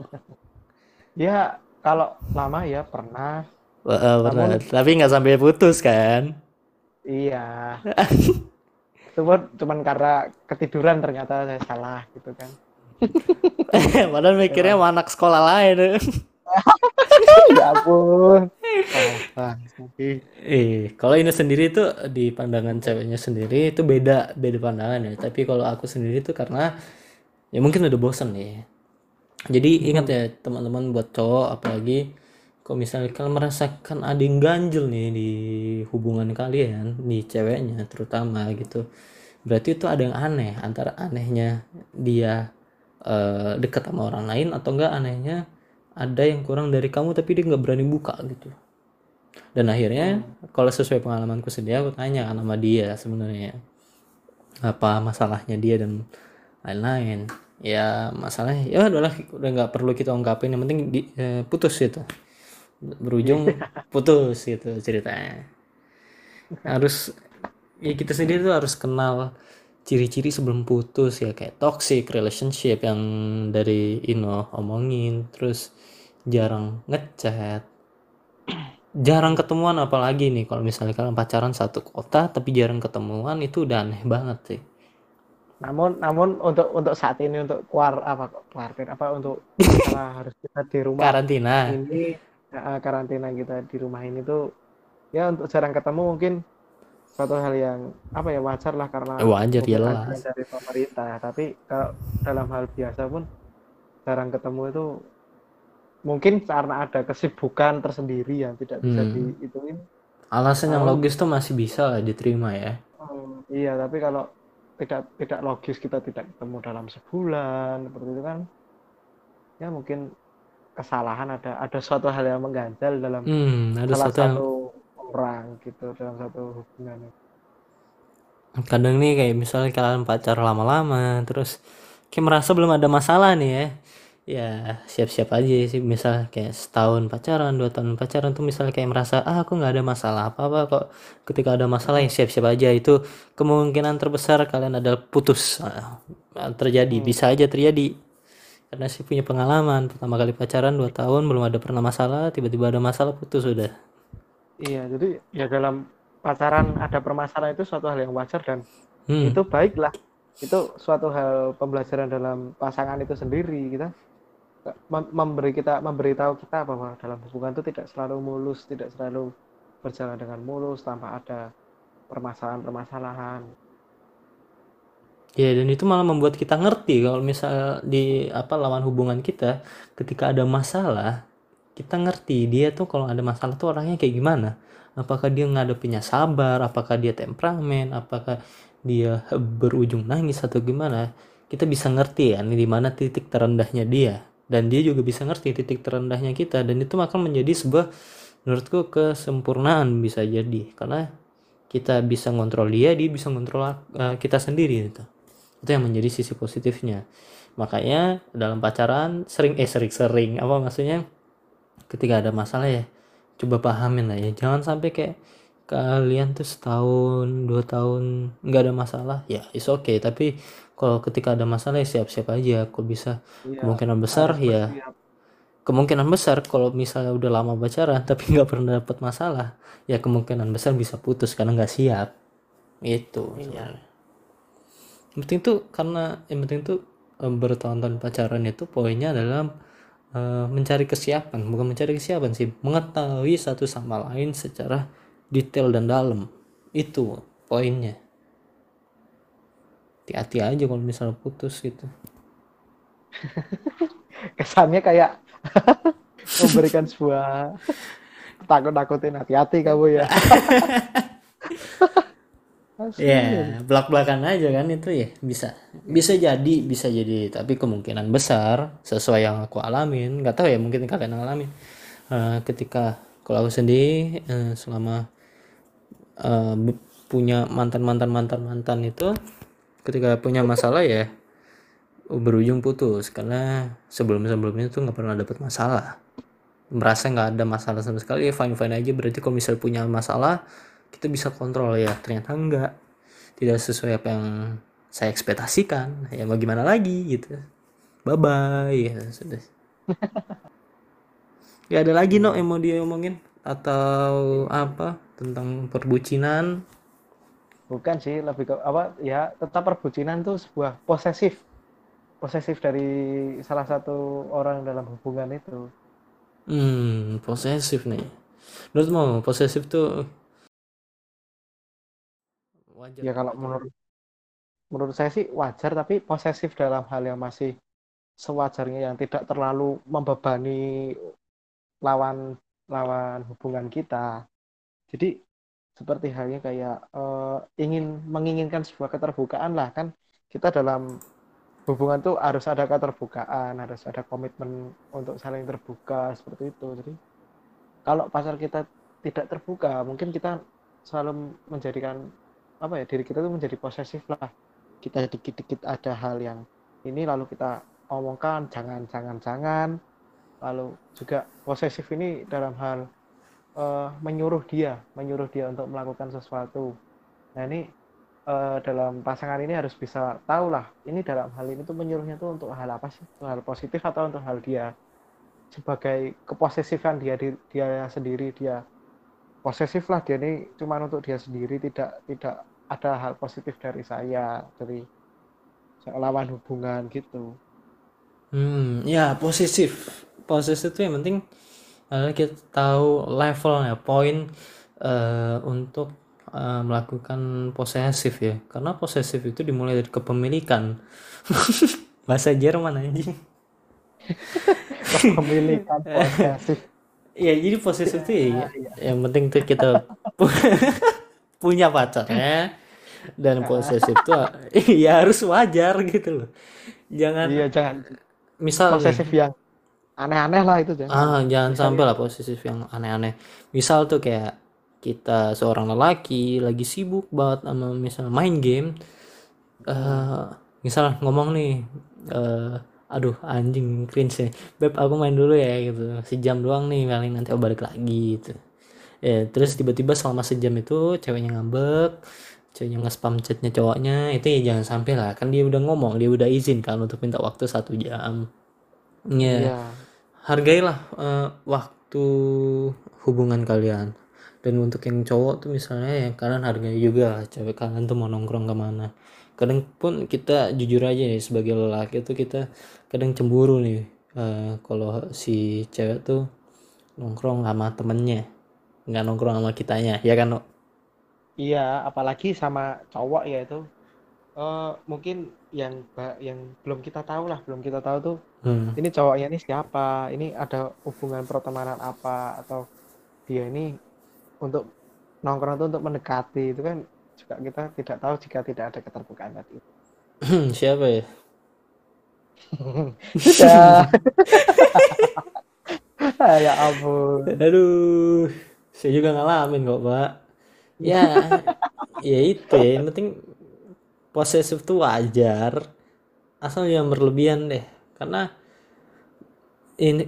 Ya kalau lama ya pernah, Pernah. namun Tapi nggak sampai putus kan? iya, itu pun cuman karena ketiduran, ternyata saya salah gitu kan. Padahal mikirnya Memang. sama anak sekolah lain. Ya ampun, salah banget. Kalau ini sendiri tuh di pandangan ceweknya sendiri itu beda beda pandangan ya. Tapi kalau aku sendiri tuh karena ya mungkin udah bosen nih. Jadi ingat ya teman-teman buat cowok apalagi kalau misalnya kalian merasakan ada yang ganjel nih di hubungan kalian, di ceweknya terutama gitu. Berarti itu ada yang aneh, antara anehnya dia dekat sama orang lain atau enggak anehnya ada yang kurang dari kamu tapi dia nggak berani buka gitu. Dan akhirnya kalau sesuai pengalamanku sendiri aku tanya kan sama dia sebenarnya apa masalahnya dia dan lain-lain. Ya masalahnya ya udahlah udah nggak perlu kita ungkapin yang penting putus gitu. Berujung putus gitu ceritanya. Harus ya kita sendiri tuh harus kenal ciri-ciri sebelum putus ya kayak toxic relationship yang dari omongin, terus jarang ngechat, jarang ketemuan, apalagi nih kalau misalnya kalian pacaran satu kota tapi jarang ketemuan itu udah aneh banget sih. Namun untuk saat ini, untuk kuartir apa, untuk masalah harus kita di rumah Karantina. ini, karantina kita di rumah ini tuh, ya untuk jarang ketemu mungkin suatu hal yang apa ya, wajar lah karena Wajar mungkin jelas. anjuran dari pemerintah. Tapi kalau dalam hal biasa pun jarang ketemu itu mungkin karena ada kesibukan tersendiri yang tidak bisa dihitungin. Alasan yang Namun logis tuh masih bisa lah diterima ya. iya, tapi kalau tidak logis kita tidak ketemu dalam sebulan seperti itu kan, ya mungkin kesalahan, ada suatu hal yang mengganjal dalam Ada salah satu yang satu orang gitu, dalam satu hubungan. kadang nih kayak misalnya kalian pacar lama-lama terus kayak merasa belum ada masalah nih ya. Ya siap-siap aja sih, misal kayak setahun pacaran 2 tahun pacaran tuh misalnya kayak merasa aku nggak ada masalah apa-apa kok, ketika ada masalah ya siap-siap aja, itu kemungkinan terbesar kalian adalah putus. Terjadi, Hmm. bisa aja terjadi karena sih punya pengalaman pertama kali pacaran 2 tahun belum ada pernah masalah, tiba-tiba ada masalah putus udah. Iya, jadi ya dalam pacaran ada permasalahan itu suatu hal yang wajar, dan itu baiklah. Itu suatu hal pembelajaran dalam pasangan itu sendiri. Kita memberitahu kita bahwa dalam hubungan itu tidak selalu mulus, tidak selalu berjalan dengan mulus tanpa ada permasalahan-permasalahan. Ya, dan itu malah membuat kita ngerti kalau misal di lawan hubungan kita ketika ada masalah, kita ngerti dia tuh kalau ada masalah tuh orangnya kayak gimana. Apakah dia ngadepinnya sabar, apakah dia temperamen, apakah dia berujung nangis atau gimana. Kita bisa ngerti ya di mana titik terendahnya dia, dan dia juga bisa ngerti titik terendahnya kita, dan itu akan menjadi sebuah, menurutku, kesempurnaan bisa jadi karena kita bisa ngontrol dia bisa ngontrol kita sendiri gitu. Itu yang menjadi sisi positifnya. Makanya dalam pacaran sering apa maksudnya, ketika ada masalah ya coba pahamin lah ya, jangan sampai kayak kalian tuh setahun 2 tahun nggak ada masalah ya is okay, tapi kalau ketika ada masalah ya siap-siap aja. Kalau bisa Iya, kemungkinan besar harus ya, bersiap. kemungkinan besar kalau misalnya udah lama pacaran tapi nggak pernah dapat masalah, ya kemungkinan besar bisa putus karena nggak siap. Itu Iya. sebenarnya yang penting tuh, karena yang penting tuh bertahun-tahun pacaran itu poinnya adalah mencari kesiapan, bukan mencari kesiapan sih, mengetahui satu sama lain secara detail dan dalam. Itu poinnya. Hati-hati aja kalau misalnya putus gitu. Kesannya kayak memberikan sebuah takut-takutin, hati-hati kamu ya. Ya, Asyik. belak-belakan aja kan itu ya bisa. Bisa jadi, tapi kemungkinan besar sesuai yang aku alamin, nggak tahu ya mungkin kalian ngalamin. Ketika kalau aku sendiri selama punya mantan itu, ketika punya masalah ya berujung putus karena sebelumnya tuh nggak pernah dapet masalah, merasa nggak ada masalah sama sekali, fine fine aja. Berarti kalau misalnya punya masalah kita bisa kontrol, ya ternyata enggak, tidak sesuai apa yang saya ekspektasikan, ya mau gimana lagi gitu, bye bye ya sudah. Ya ada lagi no yang mau dia omongin atau apa tentang perbucinan? Bukan sih, lebih ke apa ya, tetap perbucinan tuh sebuah posesif. Posesif dari salah satu orang dalam hubungan itu. Posesif nih, menurutmu posesif tuh wajar Ya nggak kalau wajar? menurut menurut saya sih wajar, tapi posesif dalam hal yang masih sewajarnya, yang tidak terlalu membebani lawan lawan hubungan kita. Jadi seperti halnya kayak menginginkan sebuah keterbukaan lah kan, kita dalam hubungan tuh harus ada keterbukaan, harus ada komitmen untuk saling terbuka seperti itu. Jadi kalau pacar kita tidak terbuka, mungkin kita selalu menjadikan apa ya, diri kita tuh menjadi posesif lah. Kita dikit-dikit ada hal yang ini lalu kita omongkan jangan, lalu juga posesif ini dalam hal menyuruh dia untuk melakukan sesuatu. Nah ini dalam pasangan ini harus bisa tahu lah, ini dalam hal ini tuh menyuruhnya tuh untuk hal apa sih, untuk hal positif atau untuk hal dia, sebagai keposesifan dia sendiri. Dia posesif lah, dia ini cuma untuk dia sendiri, tidak ada hal positif dari saya, dari lawan hubungan gitu. Ya posesif itu yang penting adalah kita tahu levelnya, poin untuk melakukan posesif ya, karena posesif itu dimulai dari kepemilikan. Bahasa Jerman anjing. Kepemilikan posesif. Ya jadi posesif itu ya, Ya, yang penting tuh kita punya pacarnya, dan ya. posesif tuh ya harus wajar gitu loh. Iya, Jangan jangan misal nih, posesif yang aneh-aneh lah, itu jangan. jangan sampai Misalnya lah posesif yang aneh-aneh. Misal tuh kayak kita seorang lelaki lagi sibuk banget sama misal main game, eh misal ngomong nih, eh aduh anjing cringe ya, beb aku main dulu ya gitu, sejam doang nih paling, nanti aku balik lagi gitu. Terus tiba-tiba selama sejam itu ceweknya ngambek, ceweknya nge-spam chatnya cowoknya, itu ya jangan sampai lah, kan dia udah ngomong, dia udah izin kan untuk minta waktu 1 jam. Ya, iya, hargailah waktu hubungan kalian. Dan untuk yang cowok tuh misalnya ya kalian hargai juga cewek kalian tuh mau nongkrong kemana. Kadang pun kita jujur aja nih, sebagai lelaki tuh kita kadang cemburu nih, kalau si cewek tuh nongkrong sama temennya, nggak nongkrong sama kitanya, ya kan, no? iya, apalagi sama cowok ya itu, mungkin yang belum kita tahu lah, belum kita tahu tuh Hmm. ini cowoknya ini siapa, ini ada hubungan pertemanan apa, atau dia ini untuk nongkrong itu untuk mendekati, itu kan juga kita tidak tahu jika tidak ada keterbukaan tadi. Siapa ya? Sudah. Ya ampun. Aduh, saya juga ngalamin kok, Pak. Ya, ya itu ya, yang penting posesif tuh wajar, asal yang berlebihan deh. Karena ini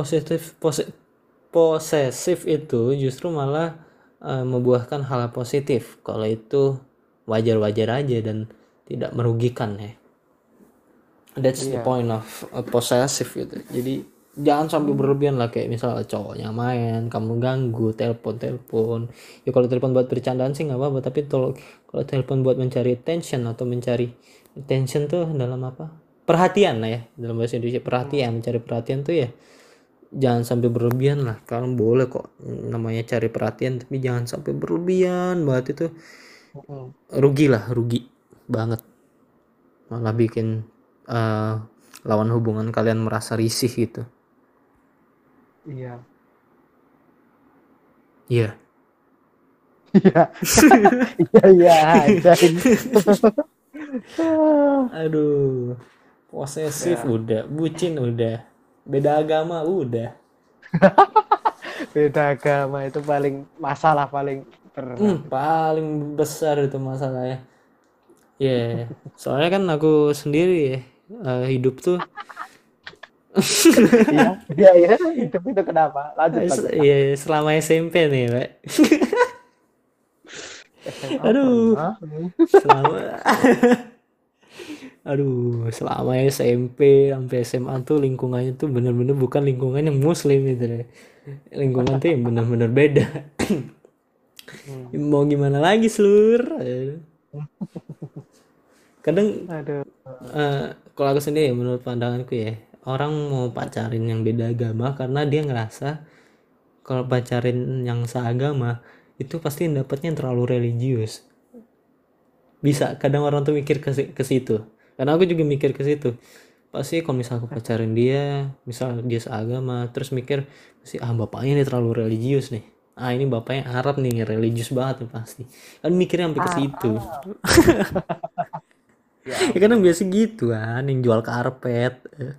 posesif itu justru malah membuahkan hal positif kalau itu wajar-wajar aja dan tidak merugikan ya. That's the Iya. point of possessive gitu. Jadi jangan sampai berlebihan lah, kayak misalnya cowoknya main, kamu ganggu, telepon. Ya kalau telepon buat bercandaan sih nggak apa-apa, tapi kalau telepon buat mencari attention atau mencari attention tuh dalam apa? Perhatian lah ya, dalam bahasa Indonesia perhatian, mencari perhatian tuh ya jangan sampai berlebihan lah. Kalian boleh kok namanya cari perhatian, tapi jangan sampai berlebihan banget, itu rugi banget, malah bikin uh, lawan hubungan kalian merasa risih gitu. Iya. Iya. Iya. Iya, iya aja ini. Aduh, posesif Ya, udah, bucin udah, beda agama udah. beda agama itu paling masalah paling berat. Paling besar itu masalahnya. Ya, yeah. Soalnya kan aku sendiri ya, hidup tuh Iya, iya, iya. Hidup itu kenapa? Lanjut, lanjut. ya selama SMP nih, Pak. SMA Aduh, pernah. selama selama SMP sampai SMA tuh lingkungannya tuh bener-bener bukan lingkungan yang muslim gitu deh. Lingkungan tuh yang bener-bener beda. Mau gimana lagi, Slur? Kadang Aduh. kalau aku sendiri ya, menurut pandanganku ya, orang mau pacarin yang beda agama karena dia ngerasa kalau pacarin yang seagama itu pasti dapatnya terlalu religius. Bisa kadang orang tuh mikir ke situ, karena aku juga mikir ke situ. Pasti kalau misal aku pacarin dia, misal dia seagama, terus mikir pasti bapaknya ini terlalu religius nih, ini bapaknya Arab nih, religius banget nih pasti, kan mikirnya sampai ke situ. Ya Ya kadang ampun. biasa gitu kan, yang jual karpet.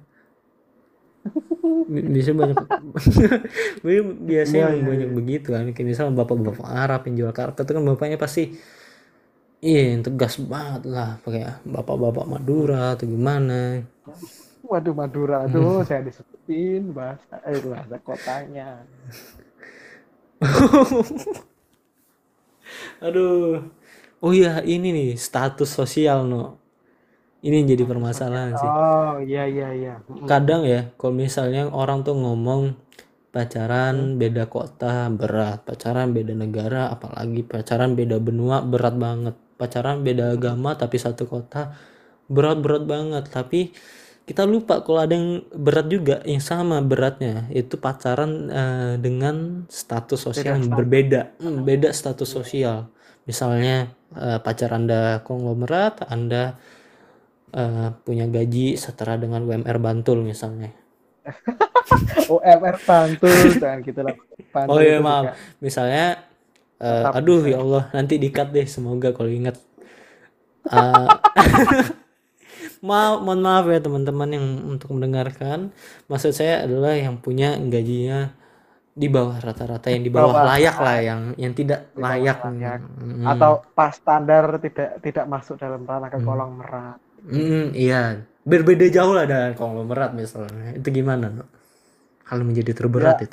Biasanya banyak biasanya Iya, yang iya, banyak iya. begitu kan, kayak misalnya bapak-bapak Arab yang jual karpet itu kan bapaknya pasti yang tegas banget lah, pakai bapak-bapak Madura atau gimana. Waduh, Madura tuh saya disebutin bahasa kotanya. Aduh, oh iya, ini nih status sosial, no, ini yang jadi Status sosial. permasalahan sih. Oh, iya, iya, iya. Kadang ya kalau misalnya orang tuh ngomong pacaran beda kota berat, pacaran beda negara, apalagi pacaran beda benua berat banget, pacaran beda agama tapi satu kota berat-berat banget. Tapi kita lupa kalau ada yang berat juga, yang sama beratnya, itu pacaran dengan status sosial Beda yang status. berbeda. Beda status Iya. sosial. Misalnya pacar Anda konglomerat, Anda punya gaji setara dengan UMR Bantul misalnya. UMR Bantul, jangan gitu lah. Oh Bantul iya, itu maaf, juga misalnya tetap aduh bisa. ya Allah, nanti di-cut deh semoga kalau ingat. Eh, mohon maaf ya teman-teman yang untuk mendengarkan. Maksud saya adalah yang punya gajinya di bawah rata-rata, yang di bawah Bawah layak lah, yang tidak di bawah layak. layak atau pas standar tidak masuk dalam ranah kekolong merat. Iya, berbeda jauh lah dengan konglomerat misalnya. Itu gimana, no? Hal menjadi terberat Ya, itu.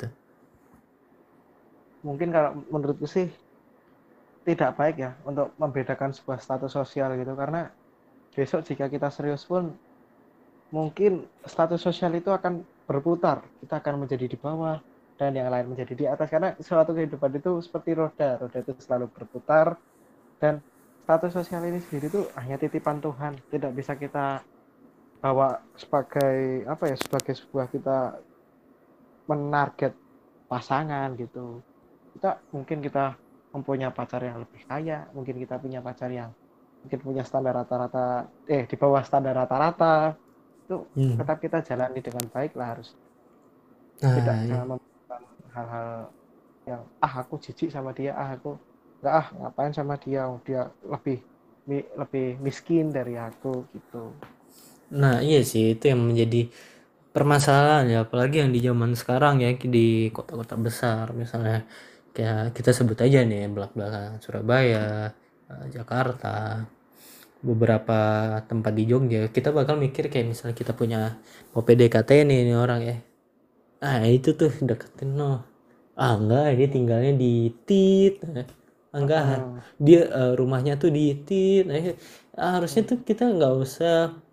mungkin kalau menurutku sih tidak baik ya untuk membedakan sebuah status sosial gitu, karena besok jika kita serius pun mungkin status sosial itu akan berputar, kita akan menjadi di bawah dan yang lain menjadi di atas, karena suatu kehidupan itu seperti roda itu selalu berputar, dan status sosial ini sendiri itu hanya titipan Tuhan, tidak bisa kita bawa sebagai apa ya, sebagai sebuah kita menarget pasangan gitu. Kita mempunyai pacar yang lebih kaya, mungkin kita punya pacar yang mungkin punya standar rata-rata di bawah standar rata-rata, itu Hmm. tetap kita jalani dengan baik lah, harus tidak, Nah, iya. jangan melakukan hal-hal yang aku jijik sama dia, aku nggak, ngapain sama dia, dia lebih lebih miskin dari aku gitu. Nah, iya sih, itu yang menjadi permasalahan ya, apalagi yang di zaman sekarang ya, di kota-kota besar misalnya, kayak kita sebut aja nih belak-belakan Surabaya, Jakarta, beberapa tempat di Jogja, kita bakal mikir kayak misalnya kita punya mau PDKT nih ini orang ya, itu tuh deketin, no, enggak, dia tinggalnya di Tit, enggak, dia rumahnya tuh di Tit. Harusnya tuh kita nggak usah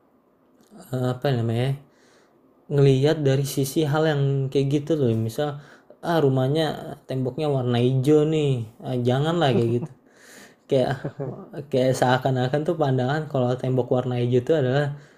apa namanya, ngelihat dari sisi hal yang kayak gitu loh. Misal rumahnya temboknya warna hijau nih, janganlah kayak gitu. Kayak kayak seakan-akan tuh pandangan kalau tembok warna hijau itu adalah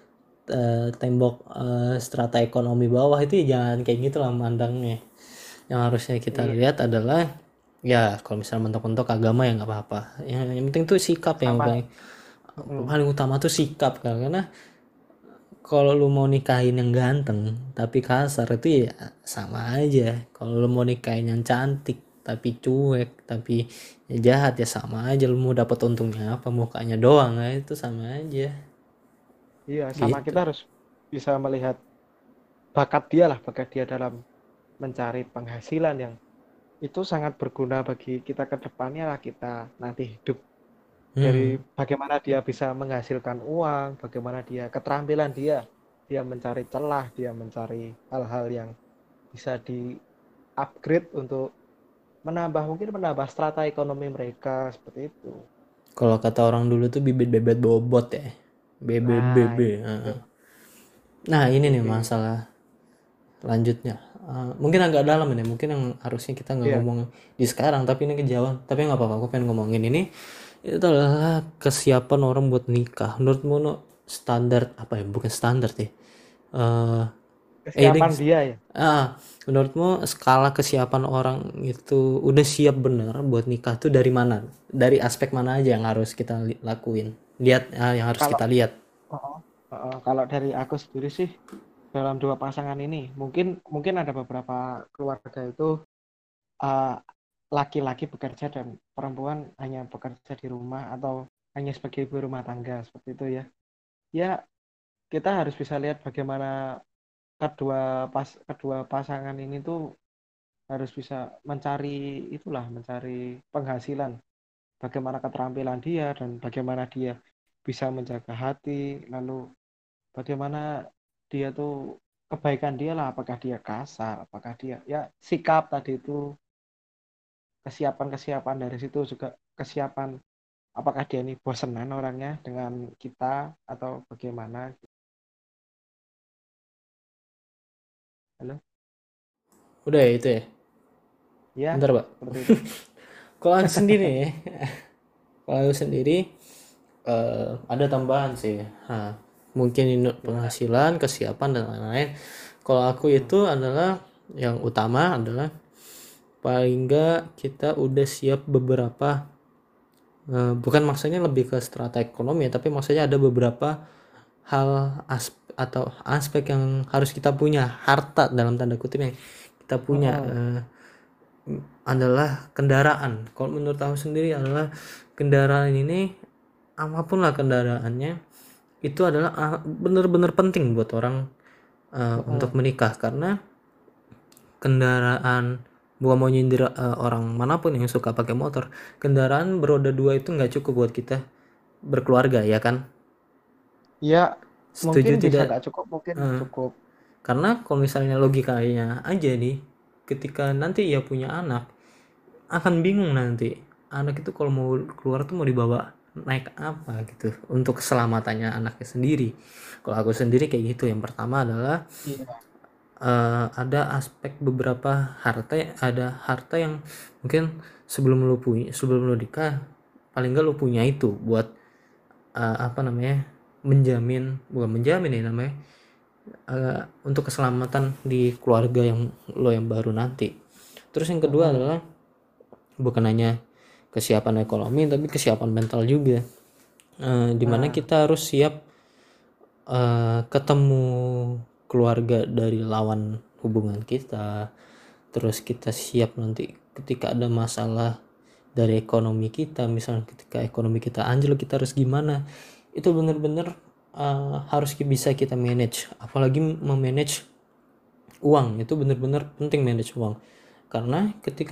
tembok strata ekonomi bawah itu ya jangan kayak gitu lah mandangnya. Yang harusnya kita Iya, lihat adalah ya kalau misalnya mentok-mentok agama ya nggak apa-apa. Yang penting tuh sikap yang sama. paling Mm-mm. paling utama tuh sikap kan. Karena kalau lu mau nikahin yang ganteng tapi kasar itu ya sama aja. Kalau lu mau nikahin yang cantik tapi cuek tapi ya jahat ya sama aja. Lu mau dapat untungnya apa, mukanya doang ya itu sama aja Iya, sama kita gitu. harus bisa melihat bakat dia lah, bakat dia dalam mencari penghasilan yang itu sangat berguna bagi kita ke depannya lah, kita nanti hidup, dari Hmm. bagaimana dia bisa menghasilkan uang, bagaimana dia keterampilan dia, dia mencari celah, dia mencari hal-hal yang bisa di upgrade untuk menambah, mungkin menambah strata ekonomi mereka seperti itu. Kalau kata orang dulu tuh bibit bebet bobot ya. Nah, BBBB. itu Nah ini nih BB. masalah lanjutnya. Mungkin agak dalam ini, mungkin yang harusnya kita nggak Iya, ngomong di sekarang, tapi ini kejauhan. Tapi nggak apa-apa, aku pengen ngomongin ini. Itu adalah kesiapan orang buat nikah. Menurutmu no, standar apa ya? Bukan standar ya. Eh ini kesiapan dia ya. menurutmu skala kesiapan orang itu udah siap bener buat nikah tuh dari mana? Dari aspek mana aja yang harus kita lakuin? Lihat, yang harus Kalau kita lihat. kalau dari aku sendiri sih, dalam dua pasangan ini mungkin mungkin ada beberapa keluarga itu uh, laki-laki bekerja dan perempuan hanya bekerja di rumah atau hanya sebagai ibu rumah tangga seperti itu ya. Ya, kita harus bisa lihat bagaimana kedua pasangan ini tuh harus bisa mencari itulah, mencari penghasilan, bagaimana keterampilan dia dan bagaimana dia bisa menjaga hati, lalu bagaimana dia tuh kebaikan dia lah, apakah dia kasar, apakah dia ya sikap tadi itu, kesiapan dari situ juga kesiapan, apakah dia ini bosenan orangnya dengan kita atau bagaimana. Halo, Udah ya itu ya. ya Bentar, Pak. seperti itu. Kalau aku sendiri ya, kalau aku sendiri ada tambahan sih. Mungkin ini Gimana? penghasilan, kesiapan dan lain-lain. Kalau aku Hmm. itu adalah yang utama adalah paling enggak kita udah siap beberapa, bukan maksudnya lebih ke strata ekonomi ya, tapi maksudnya ada beberapa hal atau aspek yang harus kita punya, harta dalam tanda kutip yang kita punya, Hmm. adalah kendaraan. Kalau menurut aku sendiri adalah kendaraan ini, apapun lah kendaraannya, itu adalah benar-benar penting buat orang untuk Hmm. menikah. Karena kendaraan, bukan mau nyindir orang manapun yang suka pakai motor, kendaraan beroda dua itu nggak cukup buat kita berkeluarga ya kan. Ya, mungkin Setuju bisa tidak? nggak cukup, mungkin Eh, cukup. karena kalau misalnya logikanya aja nih, ketika nanti ia punya anak akan bingung nanti anak itu kalau mau keluar tuh mau dibawa naik apa gitu untuk keselamatannya anaknya sendiri. Kalau aku sendiri kayak gitu, yang pertama adalah Iya. ada aspek beberapa harta, ada harta yang mungkin sebelum lu nikah paling enggak lu punya itu buat apa namanya, menjamin, bukan menjamin ya namanya, untuk keselamatan di keluarga yang lo yang baru nanti. Terus yang kedua Hmm. adalah bukan hanya kesiapan ekonomi tapi kesiapan mental juga, dimana Nah, kita harus siap ketemu keluarga dari lawan hubungan kita. Terus kita siap nanti ketika ada masalah dari ekonomi kita, misalnya ketika ekonomi kita anjlok kita harus gimana. Itu benar-benar harus bisa kita manage, apalagi memanage uang itu benar-benar penting, manage uang. Karena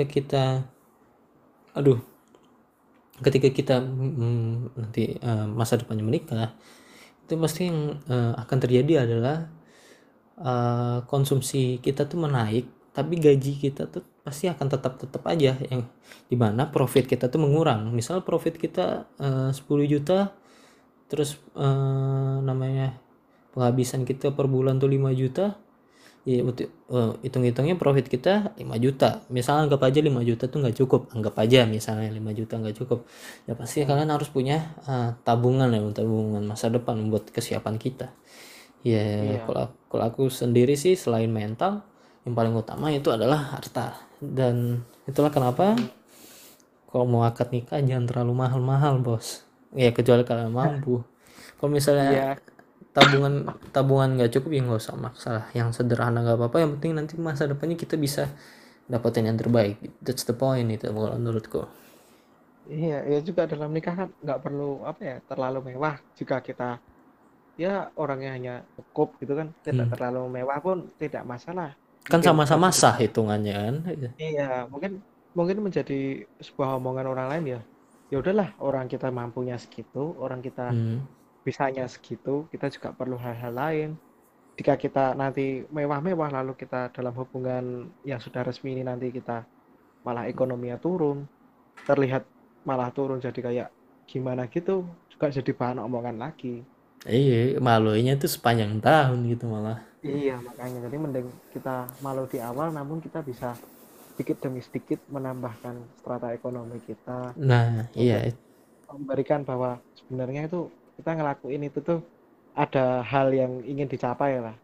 aduh ketika kita nanti masa depannya menikah, itu pasti yang akan terjadi adalah konsumsi kita tuh menaik, tapi gaji kita tuh pasti akan tetap tetap aja, yang dimana profit kita tuh mengurang. Misal profit kita 10 juta, terus namanya penghabisan kita per bulan tuh 5 juta, ya hitung-hitungnya profit kita 5 juta. Misal anggap aja 5 juta tuh nggak cukup, anggap aja misalnya 5 juta nggak cukup. Ya pasti hmm. kalian harus punya tabungan ya, tabungan masa depan buat kesiapan kita. Ya, Iya. kalau aku sendiri sih selain mental, yang paling utama itu adalah harta. Dan itulah kenapa Mm-mm. kalau mau akad nikah jangan terlalu mahal-mahal, bos. Ya kecuali kalian mampu. Kalau misalnya Iya, tabungan tabungan nggak cukup ya nggak usah maksa lah. Yang sederhana nggak apa-apa. Yang penting nanti masa depannya kita bisa dapetin yang terbaik. That's the point itu kalau menurutku. iya, iya juga dalam nikah kan nggak perlu apa ya terlalu mewah. Jika kita ya orangnya hanya cukup gitu kan, tidak Hmm. terlalu mewah pun tidak masalah. Kan Mungkin sama-sama bagi sah kita, hitungannya kan. iya, mungkin mungkin menjadi sebuah omongan orang lain ya. Ya udahlah, orang kita mampunya segitu, orang kita Hmm. bisanya segitu, kita juga perlu hal-hal lain. Jika kita nanti mewah-mewah lalu kita dalam hubungan yang sudah resmi ini nanti kita malah ekonominya turun, terlihat malah turun jadi kayak gimana gitu, juga jadi bahan omongan lagi. Iya, malunya tuh sepanjang tahun gitu malah. Iya, makanya jadi mending kita malu di awal namun kita bisa sedikit demi sedikit menambahkan strata ekonomi kita Nah, untuk iya. memberikan bahwa sebenarnya itu kita ngelakuin itu tuh ada hal yang ingin dicapai lah.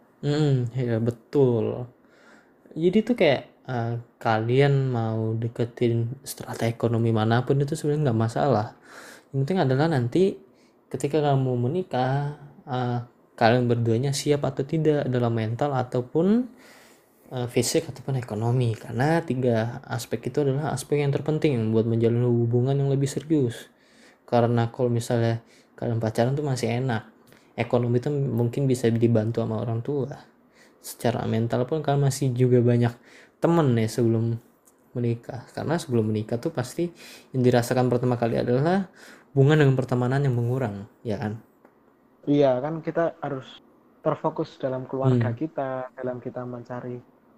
Ya betul. Jadi tuh kayak kalian mau deketin strata ekonomi manapun itu sebenarnya nggak masalah. Yang penting adalah nanti ketika kamu menikah, kalian berduanya siap atau tidak dalam mental ataupun fisik ataupun ekonomi. Karena tiga aspek itu adalah aspek yang terpenting buat menjalin hubungan yang lebih serius. Karena kalau misalnya kalian pacaran tuh masih enak, ekonomi tuh mungkin bisa dibantu sama orang tua. Secara mental pun kalian masih juga banyak temen ya sebelum menikah. Karena sebelum menikah tuh pasti yang dirasakan pertama kali adalah hubungan dengan pertemanan yang mengurang, ya kan? Iya kan kita harus terfokus dalam keluarga Hmm. kita, dalam kita mencari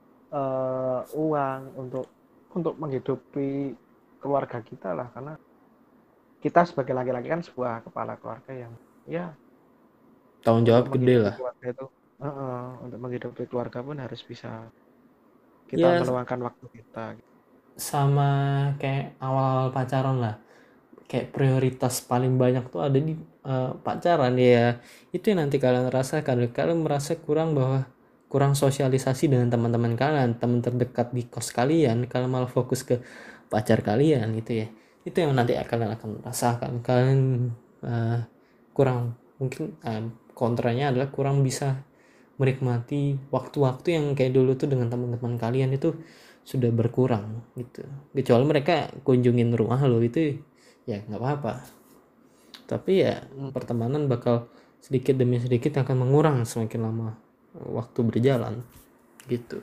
uang untuk menghidupi keluarga kita lah karena kita sebagai laki-laki kan sebuah kepala keluarga yang ya Tanggung untuk jawab gede menghidupi lah. keluarga itu untuk menghidupi keluarga pun harus bisa kita Ya meluangkan waktu kita. sama kayak awal pacaran lah. Kayak prioritas paling banyak tuh ada di pacaran ya. Itu yang nanti kalian rasakan. Kalian merasa kurang bahwa kurang sosialisasi dengan teman-teman kalian, teman terdekat di kos kalian, kalian malah fokus ke pacar kalian gitu ya. Itu yang nanti kalian akan rasakan. Kalian uh, kurang mungkin kontranya adalah kurang bisa menikmati waktu-waktu yang kayak dulu tuh dengan teman-teman kalian itu sudah berkurang gitu. Kecuali mereka kunjungin rumah lo itu ya nggak apa-apa, tapi ya Mm, pertemanan bakal sedikit demi sedikit akan mengurang semakin lama waktu berjalan gitu.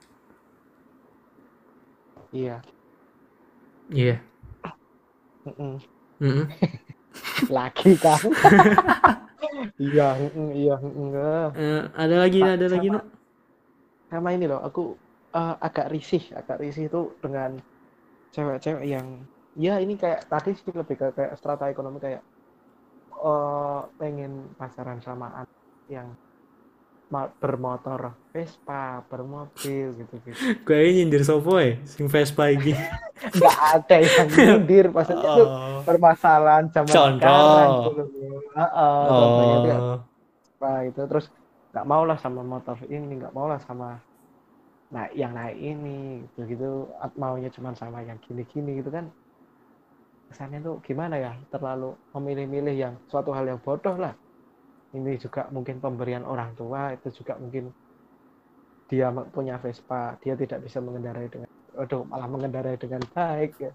iya. Iya. Yeah. Mm-mm. Mm-mm. Lagi kan? Iya, iya, Ada lagi sama no. sama ini loh, aku agak risih itu dengan cewek-cewek yang ya ini kayak tadi sih lebih kayak strata ekonomi kayak pengen pacaran sama anak yang bermotor Vespa, bermobil gitu-gitu. Kayaknya nyindir sopo ya sing Vespa iki. Nggak ada yang nyindir, maksudnya itu Oh, permasalahan zaman sekarang gitu contoh. loh. Contohnya itu kayak Oh, Vespa itu terus nggak mau lah sama motor ini, nggak mau lah sama yang naik ini, begitu maunya cuma sama yang gini-gini gitu kan kesannya tuh gimana ya terlalu memilih-milih yang suatu hal yang bodoh lah. Ini juga mungkin pemberian orang tua, itu juga mungkin dia punya Vespa, dia tidak bisa mengendarai dengan aduh malah mengendarai dengan baik ya.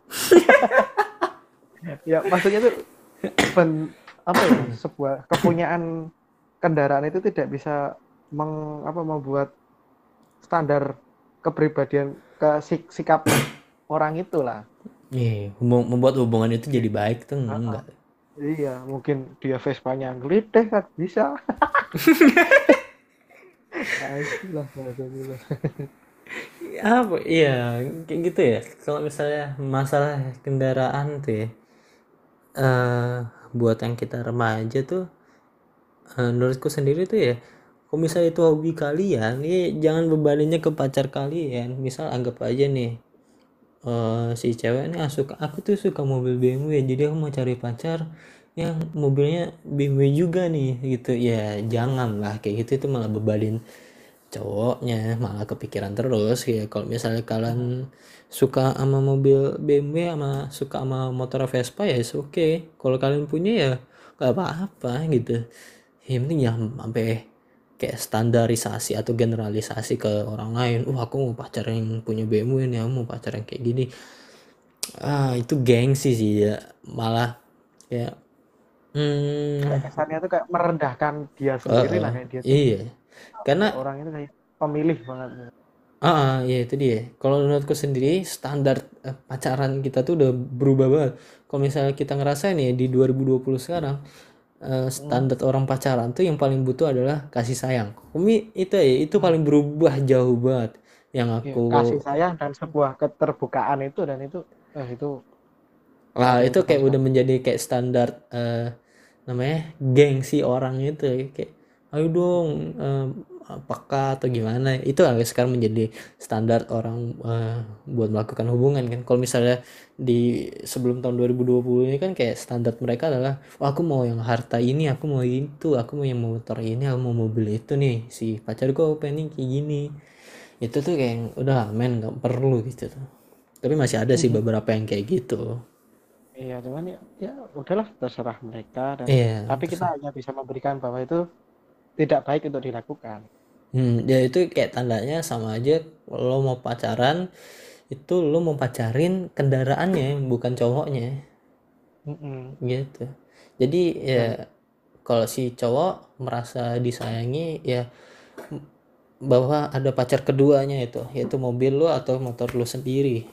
Ya maksudnya tuh apa ya sebuah kepunyaan kendaraan itu tidak bisa membuat standar kepribadian sikap orang itulah. iya, membuat hubungan itu jadi baik tuh enggak. Iya, mungkin dia Vespanya ngeliteh kan bisa. Nah, itulah bahasanya. Apa iya kayak gitu ya, kalau misalnya masalah kendaraan tuh ya, eh buat yang kita remaja tuh, menurutku sendiri tuh ya kalau misalnya itu hobi kalian ya jangan bebaninnya ke pacar kalian. Misal anggap aja nih, si cewek nih suka, aku tuh suka mobil BMW ya, jadi aku mau cari pacar yang mobilnya BMW juga nih gitu ya, jangan lah kayak gitu, itu malah bebalin cowoknya, malah kepikiran terus ya. Kalau misalnya kalian suka sama mobil BMW sama suka sama motor Vespa ya oke, kalau kalian punya ya gak apa-apa gitu. Yang penting jangan sampai kayak standarisasi atau generalisasi ke orang lain. Aku mau pacar yang punya BMW nih, aku mau pacar yang kayak gini. Itu gengsi sih ya, malah kayak Kayak kesannya tuh kayak merendahkan dia sendiri lah, kayak dia tuh iya, apa karena ya, orang itu kayak pemilih banget. ya itu dia. Kalau menurutku sendiri standar pacaran kita tuh udah berubah banget. Kalau misalnya kita ngerasain ya di 2020 sekarang, Hmm. standar orang pacaran tuh yang paling butuh adalah kasih sayang. Umi itu ya, itu Hmm. paling berubah jauh banget. Yang Ya, aku kasih sayang dan sebuah keterbukaan itu, dan itu lah ada itu urutan kayak udah sekali. menjadi kayak standar namanya gengsi orang itu ya. Kayak ayo dong apakah atau gimana, itu sekarang menjadi standar orang buat melakukan hubungan kan. Kalau misalnya di sebelum tahun 2020 ini kan kayak standar mereka adalah aku mau yang harta ini, aku mau itu, aku mau yang motor ini, aku mau mobil itu nih, si pacarku aku pengen kayak gini. Itu tuh kayak udah men nggak perlu gitu tuh, tapi masih ada sih Mhm. beberapa yang kayak gitu. Iya, cuman ya udahlah, terserah mereka, dan Iya, tapi kita terus hanya bisa memberikan bahwa itu tidak baik untuk dilakukan. ya itu kayak tandanya sama aja lo mau pacaran, itu lo mau pacarin kendaraannya bukan cowoknya Mm-mm. gitu. Jadi ya Dan kalau si cowok merasa disayangi ya bahwa ada pacar keduanya itu yaitu mobil lo atau motor lo sendiri.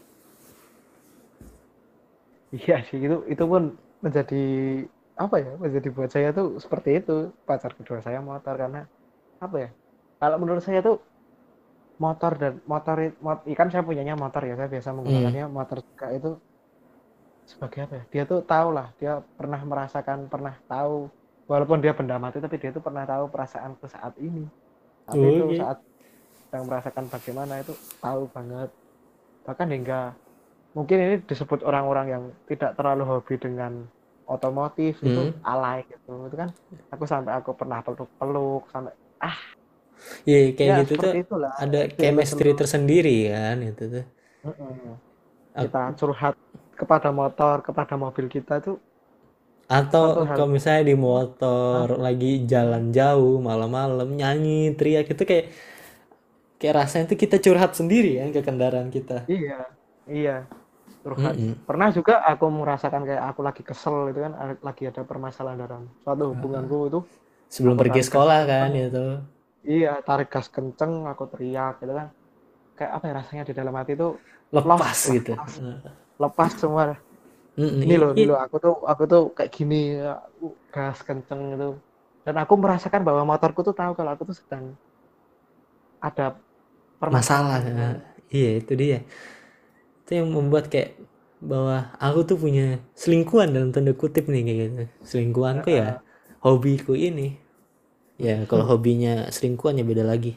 iya sih, itu pun menjadi apa ya, menjadi buat saya tuh seperti itu, pacar kedua saya motor. Karena apa ya, kalau menurut saya tuh motor dan motor, kan saya punyanya motor ya, saya biasa hmm. menggunakannya motor juga. Itu sebagai apa ya, dia tuh tahu lah, dia pernah merasakan, pernah tahu, walaupun dia benda mati tapi dia tuh pernah tahu perasaanku saat ini, tapi itu Oke. saat yang merasakan bagaimana, itu tahu banget. Bahkan hingga mungkin ini disebut orang-orang yang tidak terlalu hobi dengan otomotif itu hmm. alay gitu. Itu kan aku pernah peluk-peluk sampai Ya kayak ya gitu tuh seperti itulah, ada chemistry dielus-elus. tersendiri kan itu tuh. Mm-mm. Kita Ak- curhat kepada motor, kepada mobil kita tuh atau suatu hal kalau yang misalnya di ah, motor lagi jalan jauh malam-malam nyanyi teriak itu kayak rasanya tuh kita curhat sendiri kan ke kendaraan kita. iya, iya, curhat. Mm-mm. Pernah juga aku merasakan kayak aku lagi kesel itu kan, lagi ada permasalahan dalam suatu hubunganku itu, Sebelum aku pergi tarik gas sekolah kan kenceng. itu. Iya, tarik gas kenceng, aku teriak gitu kan. Kayak apa ya, rasanya di dalam hati tuh lost, Lepas gitu. lepas, lepas semua. Mm-mm. Ini loh, aku tuh kayak gini, gas kenceng gitu. Dan aku merasakan bahwa motorku tuh tahu kalau aku tuh sedang ada Masalah. permasalahan gitu. Iya itu dia, itu yang membuat kayak bahwa aku tuh punya selingkuhan dalam tanda kutip nih kayak gitu. Selingkuhanku ya Heeh. hobiku ini. Ya kalau hobinya selingkuhan ya beda lagi.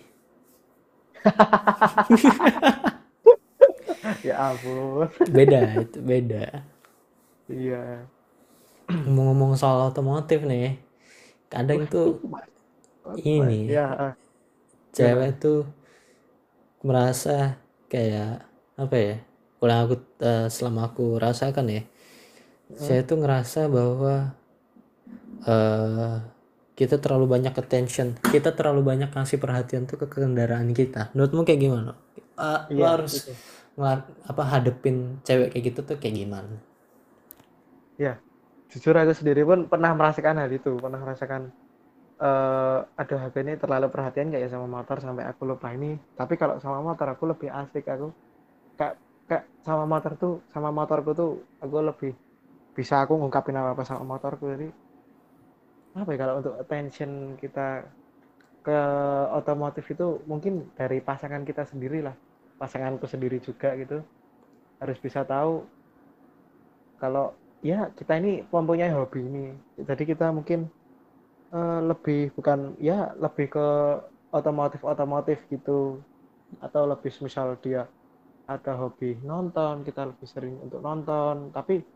Ya ampun. Beda, itu beda. Iya. Ngomong-ngomong soal otomotif nih, kadang tuh ini Ya, cewek gimana? tuh merasa kayak apa ya, kalau aku selama aku rasakan ya, Heeh. saya tuh ngerasa bahwa eh kita terlalu banyak attention, kita terlalu banyak ngasih perhatian tuh ke kendaraan kita. Menurutmu kayak gimana? Lo Iya, harus itu. hadepin cewek kayak gitu tuh kayak gimana? Ya, jujur aku sendiri pun pernah merasakan hal itu, pernah merasakan aduh, aku ini terlalu perhatian kayak sama motor sampai aku lupa ini. Tapi kalau sama motor aku lebih asik, aku kayak kayak sama motorku tuh aku lebih bisa aku ngungkapin apa apa sama motorku. Jadi apa ya, kalau untuk attention kita ke otomotif itu mungkin dari pasangan kita sendiri lah, pasanganku sendiri juga gitu, harus bisa tahu kalau ya kita ini mempunyai hobi ini. Jadi kita mungkin lebih bukan, ya lebih ke otomotif otomotif gitu, atau lebih misal dia ada hobi nonton, kita lebih sering untuk nonton. Tapi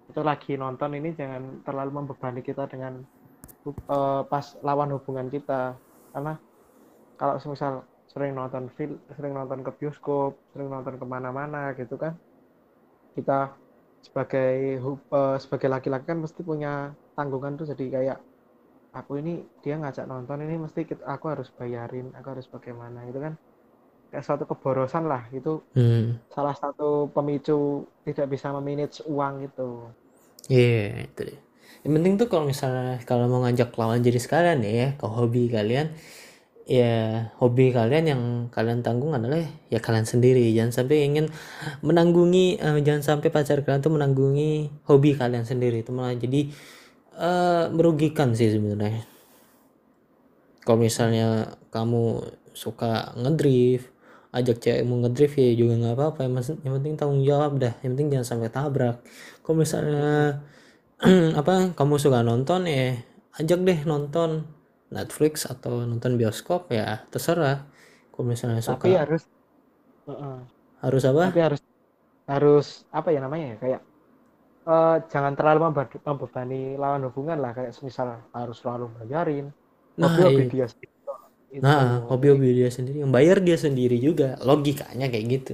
itu lagi nonton ini jangan terlalu membebani kita dengan pas lawan hubungan kita, karena kalau misal sering nonton film, sering nonton ke bioskop, sering nonton kemana-mana gitu kan, kita sebagai laki-laki kan mesti punya tanggungan tuh, jadi kayak aku ini dia ngajak nonton ini mesti aku harus bayarin, aku harus bagaimana itu kan, kayak suatu keborosan lah itu, Hmm. salah satu pemicu tidak bisa memanage uang itu. Iya, itu deh. Yang penting tuh kalau misalnya kalau mau ngajak lawan jenis kalian ya ke hobi kalian, ya hobi kalian yang kalian tanggung adalah ya kalian sendiri. Jangan sampai ingin menanggungi, jangan sampai pacar kalian tuh menanggungi hobi kalian sendiri. Itu malah jadi merugikan sih sebenarnya. Kalau misalnya kamu suka ngedrift, ajak cewekmu ngedrift ya juga nggak apa-apa. Yang penting tanggung jawab dah. Yang penting jangan sampai tabrak. Kalau misalnya apa kamu suka nonton ya ajak deh nonton Netflix atau nonton bioskop ya terserah. Kalau misalnya Tapi suka harus uh, harus tapi apa? harus harus apa ya namanya ya, kayak jangan terlalu membebani lawan hubungan lah, kayak misal harus selalu bayarin Nah, hobi-hobi dia sendiri itu. Jadi hobi-hobi dia sendiri yang bayar dia sendiri juga logikanya kayak gitu.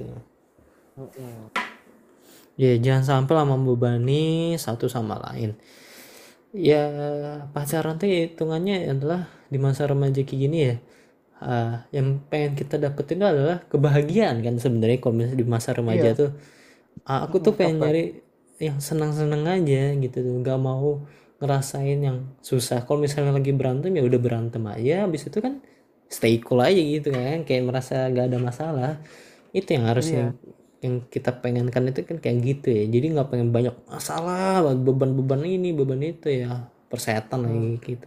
Ya jangan sampai lah membebani satu sama lain. Ya pacaran tuh hitungannya adalah di masa remaja kayak gini ya. Yang pengen kita dapetin itu adalah kebahagiaan kan sebenarnya kalau misalnya di masa remaja iya. tuh. Aku tuh pengen Kebal. nyari yang senang-senang aja gitu tuh, nggak mau ngerasain yang susah. Kalau misalnya lagi berantem ya udah berantem aja, habis itu kan stay cool aja gitu kan, kayak merasa gak ada masalah. Itu yang harusnya Iya. yang kita pengenkan itu kan kayak gitu ya. Jadi nggak pengen banyak masalah, beban-beban ini, beban itu ya, persetan Hmm. lagi gitu.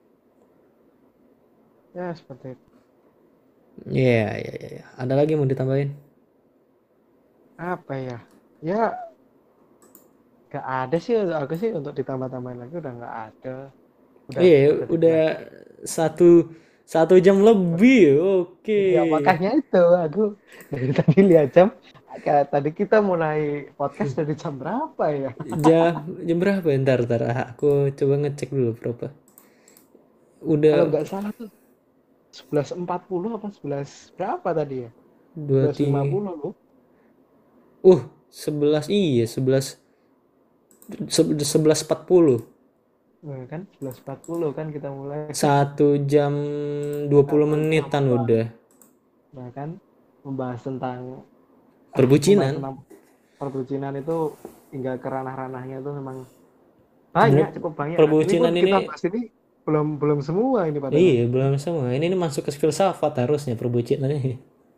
Ya seperti itu. Iya, iya, iya. Ada lagi mau ditambahin? Apa ya, ya nggak ada sih untuk aku sih, untuk ditambah-tambahin lagi udah nggak ada, udah Iya, udah udah dijelas. satu satu jam lebih. Oke. Iya makanya itu aku dari tadi lihat jam, kayak tadi kita mulai podcast dari jam berapa ya. Jam berapa ya? Ntar aku coba ngecek dulu berapa. Kalau Udah nggak salah tuh 11.40 apa 11 berapa tadi ya, dua sebelas lima tiga. puluh loh. 11 iya 11.40. Nah, kan 11.40 kan kita mulai. 1 jam 20 Satu jam menitan membahas, udah. nah kan, membahas tentang membahas Perbucinan. tentang perbucinan itu hingga ke ranah-ranahnya itu memang banyak, Sebenarnya cukup banyak. Dan ini pun perbucinan ini kita bahas ini belum belum semua ini padahal. iya belum semua. Ini masuk ke filsafat harusnya perbucinan ini.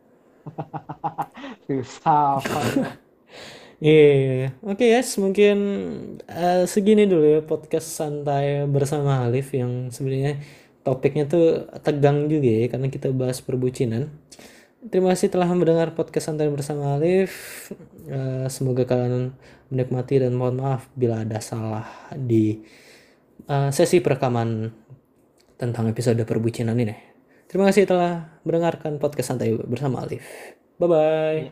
Filsafat ya. Iya, iya, iya. Oke guys, mungkin segini dulu ya podcast santai bersama Alif yang sebenarnya topiknya tuh tegang juga ya karena kita bahas perbucinan. Terima kasih telah mendengar podcast santai bersama Alif. Semoga kalian menikmati dan mohon maaf bila ada salah di sesi perekaman tentang episode perbucinan ini. Terima kasih telah mendengarkan podcast santai bersama Alif. Bye bye.